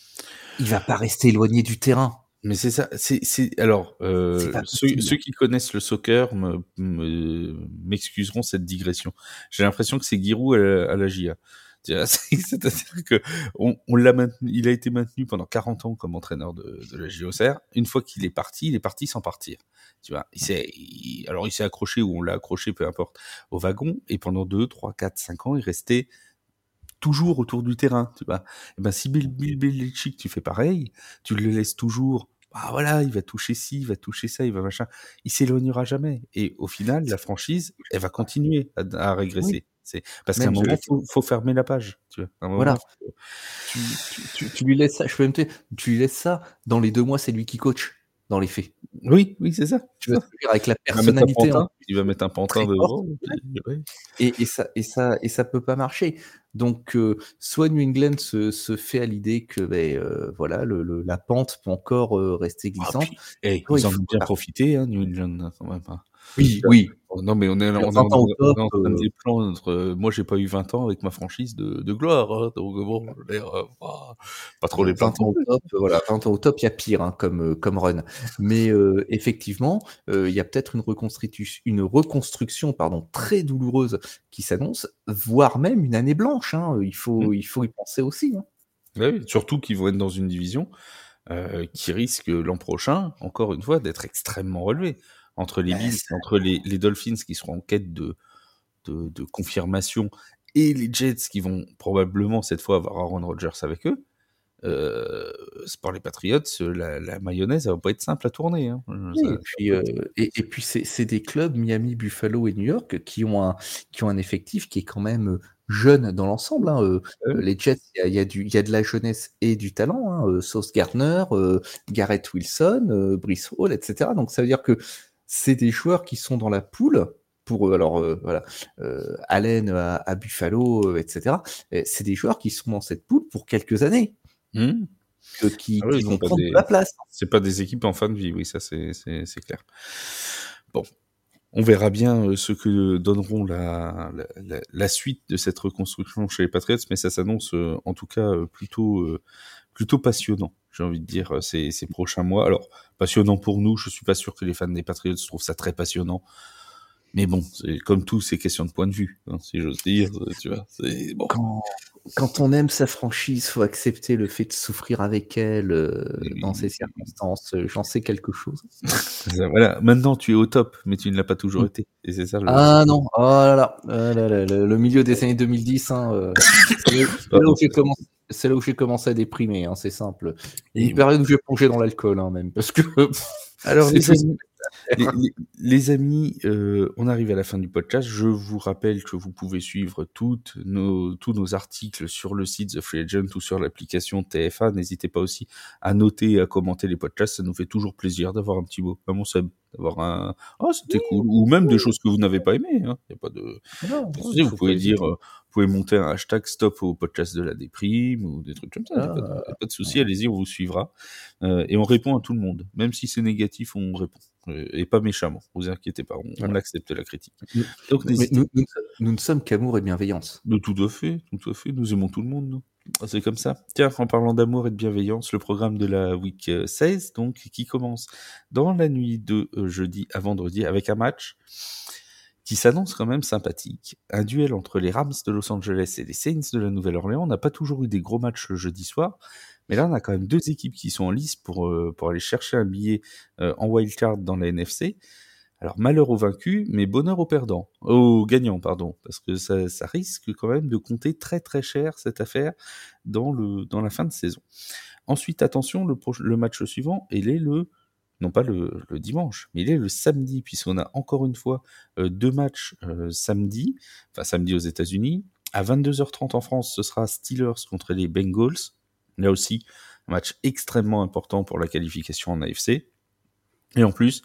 [SPEAKER 1] il va pas rester éloigné du terrain.
[SPEAKER 2] Mais c'est ça, c'est, c'est alors euh,
[SPEAKER 1] C'est pas
[SPEAKER 2] ceux,
[SPEAKER 1] possible.
[SPEAKER 2] ceux qui connaissent le soccer me, me- m'excuseront cette digression. J'ai l'impression que c'est Giroud à, la- à la J A. C'est- C'est-à-dire que on, on l'a maintenu, il a été maintenu pendant quarante ans comme entraîneur de, de la J O C R. Une fois qu'il est parti, il est parti sans partir. Tu vois, il s'est, il- alors il s'est accroché ou on l'a accroché, peu importe, au wagon. Et pendant deux, trois, quatre, cinq ans, il restait toujours autour du terrain, tu vois. Et ben si Bill, Bill Belichick, tu fais pareil, tu le laisses toujours, bah voilà, il va toucher ci, il va toucher ça, il va machin, il s'éloignera jamais. Et au final, la franchise, elle va continuer à, à
[SPEAKER 1] Oui,
[SPEAKER 2] régresser. C'est parce qu'à un
[SPEAKER 1] même je,
[SPEAKER 2] moment, faut, faut fermer la page, tu vois. À un
[SPEAKER 1] voilà.
[SPEAKER 2] moment, faut-
[SPEAKER 1] Tu, tu, tu, tu lui laisses ça. Je peux même te dire, tu lui laisses ça. Dans les deux mois, c'est lui qui coach. Dans les faits.
[SPEAKER 2] oui, oui, c'est ça.
[SPEAKER 1] Tu vois ce que je veux dire, avec la
[SPEAKER 2] Il va mettre un
[SPEAKER 1] personnalité en
[SPEAKER 2] pantin, il va mettre un pantin
[SPEAKER 1] très forte.
[SPEAKER 2] devant, et puis, ouais.
[SPEAKER 1] Et, et ça et ça et ça peut pas marcher. Donc euh, soit New England se, se fait à l'idée que ben, euh, voilà le, le- la pente peut encore euh, rester
[SPEAKER 2] Ah,
[SPEAKER 1] glissante.
[SPEAKER 2] puis, hey,
[SPEAKER 1] Soit il
[SPEAKER 2] ils en
[SPEAKER 1] faut
[SPEAKER 2] ont bien
[SPEAKER 1] ah,
[SPEAKER 2] profité, hein, New England, quand même, hein.
[SPEAKER 1] oui oui.
[SPEAKER 2] Oh, non, mais on est,
[SPEAKER 1] Dire
[SPEAKER 2] on est,
[SPEAKER 1] vingt
[SPEAKER 2] en,
[SPEAKER 1] ans au
[SPEAKER 2] on
[SPEAKER 1] top.
[SPEAKER 2] est en train de
[SPEAKER 1] Euh,
[SPEAKER 2] déplaindre. euh, Moi, j'ai pas eu vingt ans avec ma franchise de, de gloire, hein, donc bon, je veux dire, euh, pas, pas trop les
[SPEAKER 1] vingt
[SPEAKER 2] plaindre
[SPEAKER 1] ans
[SPEAKER 2] non
[SPEAKER 1] au
[SPEAKER 2] plus.
[SPEAKER 1] top, euh, voilà, vingt ans au top, il y a pire hein, comme, euh, comme run. Mais euh, effectivement, euh, il y a peut-être une reconstruction, une reconstruction pardon, très douloureuse qui s'annonce, voire même une année blanche. Hein. Il,
[SPEAKER 2] Hmm.
[SPEAKER 1] faut, il faut y penser aussi. Hein.
[SPEAKER 2] Ouais, oui, surtout qu'ils vont être dans une division euh, qui risque l'an prochain, encore une fois, d'être extrêmement relevée. Entre les
[SPEAKER 1] Ben,
[SPEAKER 2] Bills,
[SPEAKER 1] ça-
[SPEAKER 2] entre les, les Dolphins qui seront en quête de, de, de confirmation et les Jets qui vont probablement cette fois avoir Aaron Rodgers avec eux. Euh, c'est pour les Patriots, la, la mayonnaise, ça va pas être simple à tourner. Hein.
[SPEAKER 1] Oui,
[SPEAKER 2] Ça,
[SPEAKER 1] et
[SPEAKER 2] ça
[SPEAKER 1] puis,
[SPEAKER 2] va pas
[SPEAKER 1] euh,
[SPEAKER 2] être-
[SPEAKER 1] et, et puis c'est c'est des clubs, Miami, Buffalo et New York, qui ont un, qui ont un effectif qui est quand même euh, jeune dans l'ensemble. Hein. Euh,
[SPEAKER 2] Ouais.
[SPEAKER 1] euh, les Jets, il y a, il y, a du- il y a de la jeunesse et du talent. Hein. Euh, Sauce Gardner, euh, Garrett Wilson, euh, Brice Hall, et cetera. Donc ça veut dire que c'est des joueurs qui sont dans la poule. Pour eux, alors euh, voilà, euh, Allen à, à Buffalo, euh, et cetera. Et c'est des joueurs qui sont dans cette poule pour quelques années,
[SPEAKER 2] Hmm.
[SPEAKER 1] que- qui,
[SPEAKER 2] Ah oui,
[SPEAKER 1] qui
[SPEAKER 2] c'est
[SPEAKER 1] vont
[SPEAKER 2] pas
[SPEAKER 1] prendre de
[SPEAKER 2] des,
[SPEAKER 1] la place.
[SPEAKER 2] c'est pas des équipes en fin de vie, oui, ça c'est, c'est, c'est clair. Bon, on verra bien euh, ce que donneront la, la, la, la suite de cette reconstruction chez les Patriots, mais ça s'annonce euh, en tout cas euh, plutôt, euh, plutôt passionnant, j'ai envie de dire, euh, ces, ces prochains mois. Alors, passionnant pour nous, je suis pas sûr que les fans des Patriots trouvent ça très passionnant. Mais bon, c'est comme tout, c'est question de point de vue, hein, si j'ose dire, euh, tu vois. C'est bon.
[SPEAKER 1] Quand, quand on aime sa franchise, faut accepter le fait de souffrir avec elle euh, dans ces
[SPEAKER 2] Et-
[SPEAKER 1] circonstances. Euh, J'en sais quelque chose.
[SPEAKER 2] Ça, voilà. Maintenant, tu es au top, mais tu ne l'as pas toujours
[SPEAKER 1] Mm.
[SPEAKER 2] été. Et c'est ça le.
[SPEAKER 1] Ah non, oh là là, ah là là, le, le milieu des années deux mille dix, hein, euh, c'est là, c'est là où
[SPEAKER 2] Pardon.
[SPEAKER 1] j'ai commencé, c'est là où j'ai commencé à déprimer, hein, c'est simple. Une
[SPEAKER 2] Et
[SPEAKER 1] période où j'ai plongé dans l'alcool, hein, même, parce que
[SPEAKER 2] alors,
[SPEAKER 1] c'est
[SPEAKER 2] les
[SPEAKER 1] tout.
[SPEAKER 2] amis, les, les- les amis, euh, on arrive à la fin du podcast. Je vous rappelle que vous pouvez suivre toutes nos, tous nos articles sur le site The Free Agent ou sur l'application T F A. N'hésitez pas aussi à noter et à commenter les podcasts. Ça nous fait toujours plaisir d'avoir un petit mot. Vraiment, ça, d'avoir un, ah, c'était cool. Ou même des choses que vous n'avez pas aimées, hein. Y a pas de,
[SPEAKER 1] Voilà,
[SPEAKER 2] pas de
[SPEAKER 1] ouais,
[SPEAKER 2] souci. Vous
[SPEAKER 1] faut pas
[SPEAKER 2] pouvez dire,
[SPEAKER 1] hésiter.
[SPEAKER 2] euh, vous pouvez monter un hashtag stop au podcast de la déprime ou des trucs comme ça. Y a pas de, y a
[SPEAKER 1] Voilà.
[SPEAKER 2] pas de souci. Allez-y, on vous suivra. Euh, et on répond à tout le monde. Même si c'est négatif, on répond. Euh, et pas méchamment, vous inquiétez pas, on, on
[SPEAKER 1] Voilà.
[SPEAKER 2] accepte la critique.
[SPEAKER 1] Nous,
[SPEAKER 2] Donc
[SPEAKER 1] mais
[SPEAKER 2] n'hésitez
[SPEAKER 1] nous,
[SPEAKER 2] pas.
[SPEAKER 1] nous, nous ne sommes qu'amour et bienveillance.
[SPEAKER 2] Mais tout à fait, tout à fait, nous aimons tout le monde, nous. Ah, c'est comme ça. Tiens, en parlant d'amour et de bienveillance, le programme de la week euh, seize, donc, qui commence dans la nuit de euh, jeudi à vendredi avec un match qui s'annonce quand même sympathique. Un duel entre les Rams de Los Angeles et les Saints de la Nouvelle-Orléans. On n'a pas toujours eu des gros matchs le jeudi soir, mais là on a quand même deux équipes qui sont en lice pour, euh, pour aller chercher un billet euh, en wildcard dans la N F C. Alors malheur aux vaincus, mais bonheur aux perdants, aux gagnants, pardon, parce que ça, ça risque quand même de compter très très cher cette affaire dans, le, dans la fin de saison. Ensuite, attention, le, pro- le match suivant, il est le, non pas le, le dimanche, mais il est le samedi, puisqu'on a encore une fois euh, deux matchs euh, samedi, enfin samedi aux États-Unis. À vingt-deux heures trente en France, ce sera Steelers contre les Bengals. Là aussi, un match extrêmement important pour la qualification en A F C. Et en plus,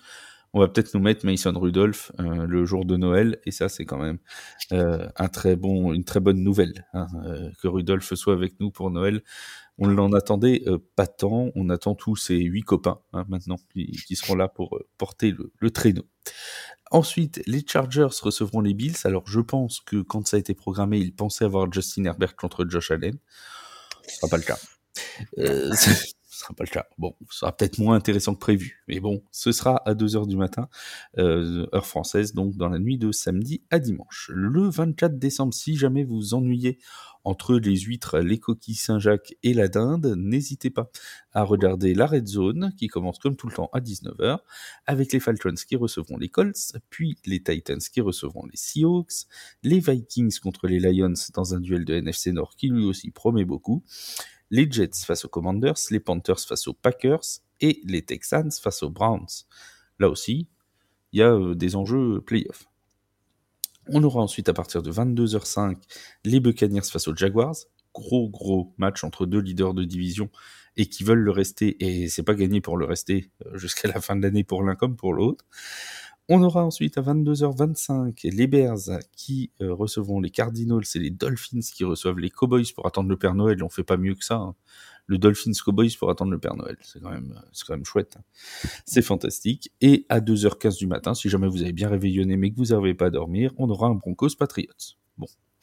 [SPEAKER 2] on va peut-être nous mettre Mason Rudolph euh, le jour de Noël, et ça c'est quand même euh, un très bon, une très bonne nouvelle, hein, euh, que Rudolph soit avec nous pour Noël. On l'en attendait euh, pas tant, on attend tous ces huit copains hein, maintenant qui, qui seront là pour euh, porter le, le traîneau. Ensuite, les Chargers recevront les Bills. Alors je pense que quand ça a été programmé, ils pensaient avoir Justin Herbert contre Josh Allen. Ce sera pas le cas. Euh, ce sera pas le cas. Bon, ce sera peut-être moins intéressant que prévu. Mais bon, ce sera à deux heures du matin, euh, heure française, donc dans la nuit de samedi à dimanche. Le vingt-quatre décembre, si jamais vous vous ennuyez entre les huîtres, les coquilles Saint-Jacques et la dinde, n'hésitez pas à regarder la Red Zone, qui commence comme tout le temps à dix-neuf heures, avec les Falcons qui recevront les Colts, puis les Titans qui recevront les Seahawks, les Vikings contre les Lions dans un duel de N F C Nord qui lui aussi promet beaucoup, les Jets face aux Commanders, les Panthers face aux Packers et les Texans face aux Browns. Là aussi, il y a euh, des enjeux playoff. On aura ensuite à partir de vingt-deux heures cinq les Buccaneers face aux Jaguars. Gros gros match entre deux leaders de division et qui veulent le rester, et c'est pas gagné pour le rester jusqu'à la fin de l'année pour l'un comme pour l'autre. On aura ensuite à vingt-deux heures vingt-cinq les Bears qui euh, recevront les Cardinals et les Dolphins qui reçoivent les Cowboys pour attendre le Père Noël. On fait pas mieux que ça. Hein. Le Dolphins Cowboys pour attendre le Père Noël. C'est quand même, c'est quand même chouette. Hein. C'est fantastique. Et à deux heures quinze du matin, si jamais vous avez bien réveillonné mais que vous n'arrivez pas à dormir, on aura un Broncos Patriots. Bon.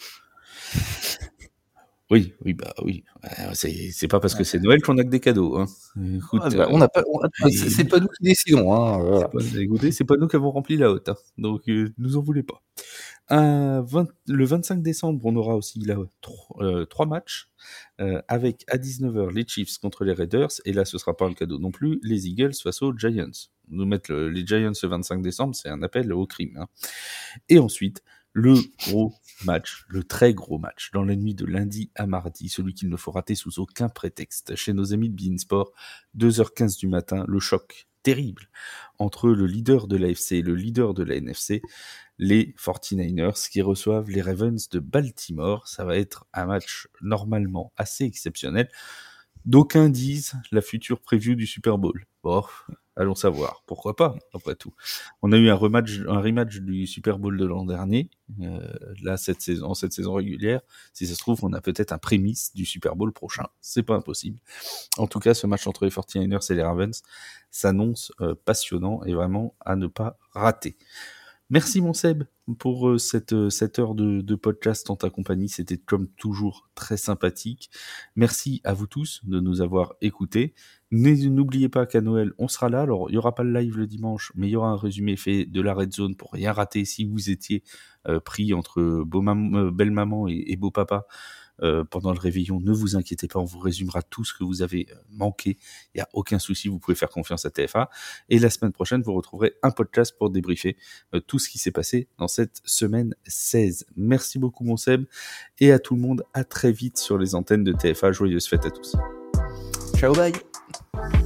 [SPEAKER 2] Oui, oui, bah oui. C'est, c'est pas parce que c'est Noël qu'on a que des cadeaux. Hein.
[SPEAKER 1] Écoute, ah bah, on n'a pas, on a, et... c'est, c'est pas nous qui décidons. Hein, voilà.
[SPEAKER 2] c'est pas, écoutez, c'est pas nous qui avons rempli la hotte. Hein, donc, euh, nous en voulez pas. Euh, vingt, le vingt-cinq décembre, on aura aussi là trois, euh, trois matchs euh, avec à dix-neuf heures les Chiefs contre les Raiders, et là ce sera pas un cadeau non plus, les Eagles face aux Giants. Nous mettre le, les Giants le vingt-cinq décembre, c'est un appel au crime. Hein. Et ensuite, le gros match, le très gros match, dans la nuit de lundi à mardi, celui qu'il ne faut rater sous aucun prétexte, chez nos amis de beIN Sport, deux heures quinze du matin, le choc terrible entre le leader de l'A F C et le leader de la N F C, les forty-niners qui reçoivent les Ravens de Baltimore. Ça va être un match normalement assez exceptionnel. D'aucuns disent la future preview du Super Bowl. Bon, allons savoir. Pourquoi pas, après tout. On a eu un rematch, un rematch du Super Bowl de l'an dernier. Euh, là, cette saison, cette saison régulière, si ça se trouve, on a peut-être un prémisse du Super Bowl prochain. C'est pas impossible. En tout cas, ce match entre les forty-niners et les Ravens s'annonce euh, passionnant et vraiment à ne pas rater. Merci mon Seb pour euh, cette, euh, cette heure de, de podcast en ta compagnie, c'était comme toujours très sympathique. Merci à vous tous de nous avoir écoutés. N'oubliez pas qu'à Noël, on sera là. Alors, il n'y aura pas le live le dimanche, mais il y aura un résumé fait de la Red Zone pour rien rater si vous étiez euh, pris entre beau mam- euh, belle maman et, et beau papa. Euh, pendant le réveillon, ne vous inquiétez pas, on vous résumera tout ce que vous avez manqué, il n'y a aucun souci, vous pouvez faire confiance à T F A, et la semaine prochaine, vous retrouverez un podcast pour débriefer euh, tout ce qui s'est passé dans cette semaine seize. Merci beaucoup mon Seb, et à tout le monde, à très vite sur les antennes de T F A, joyeuses fêtes à tous.
[SPEAKER 1] Ciao, bye.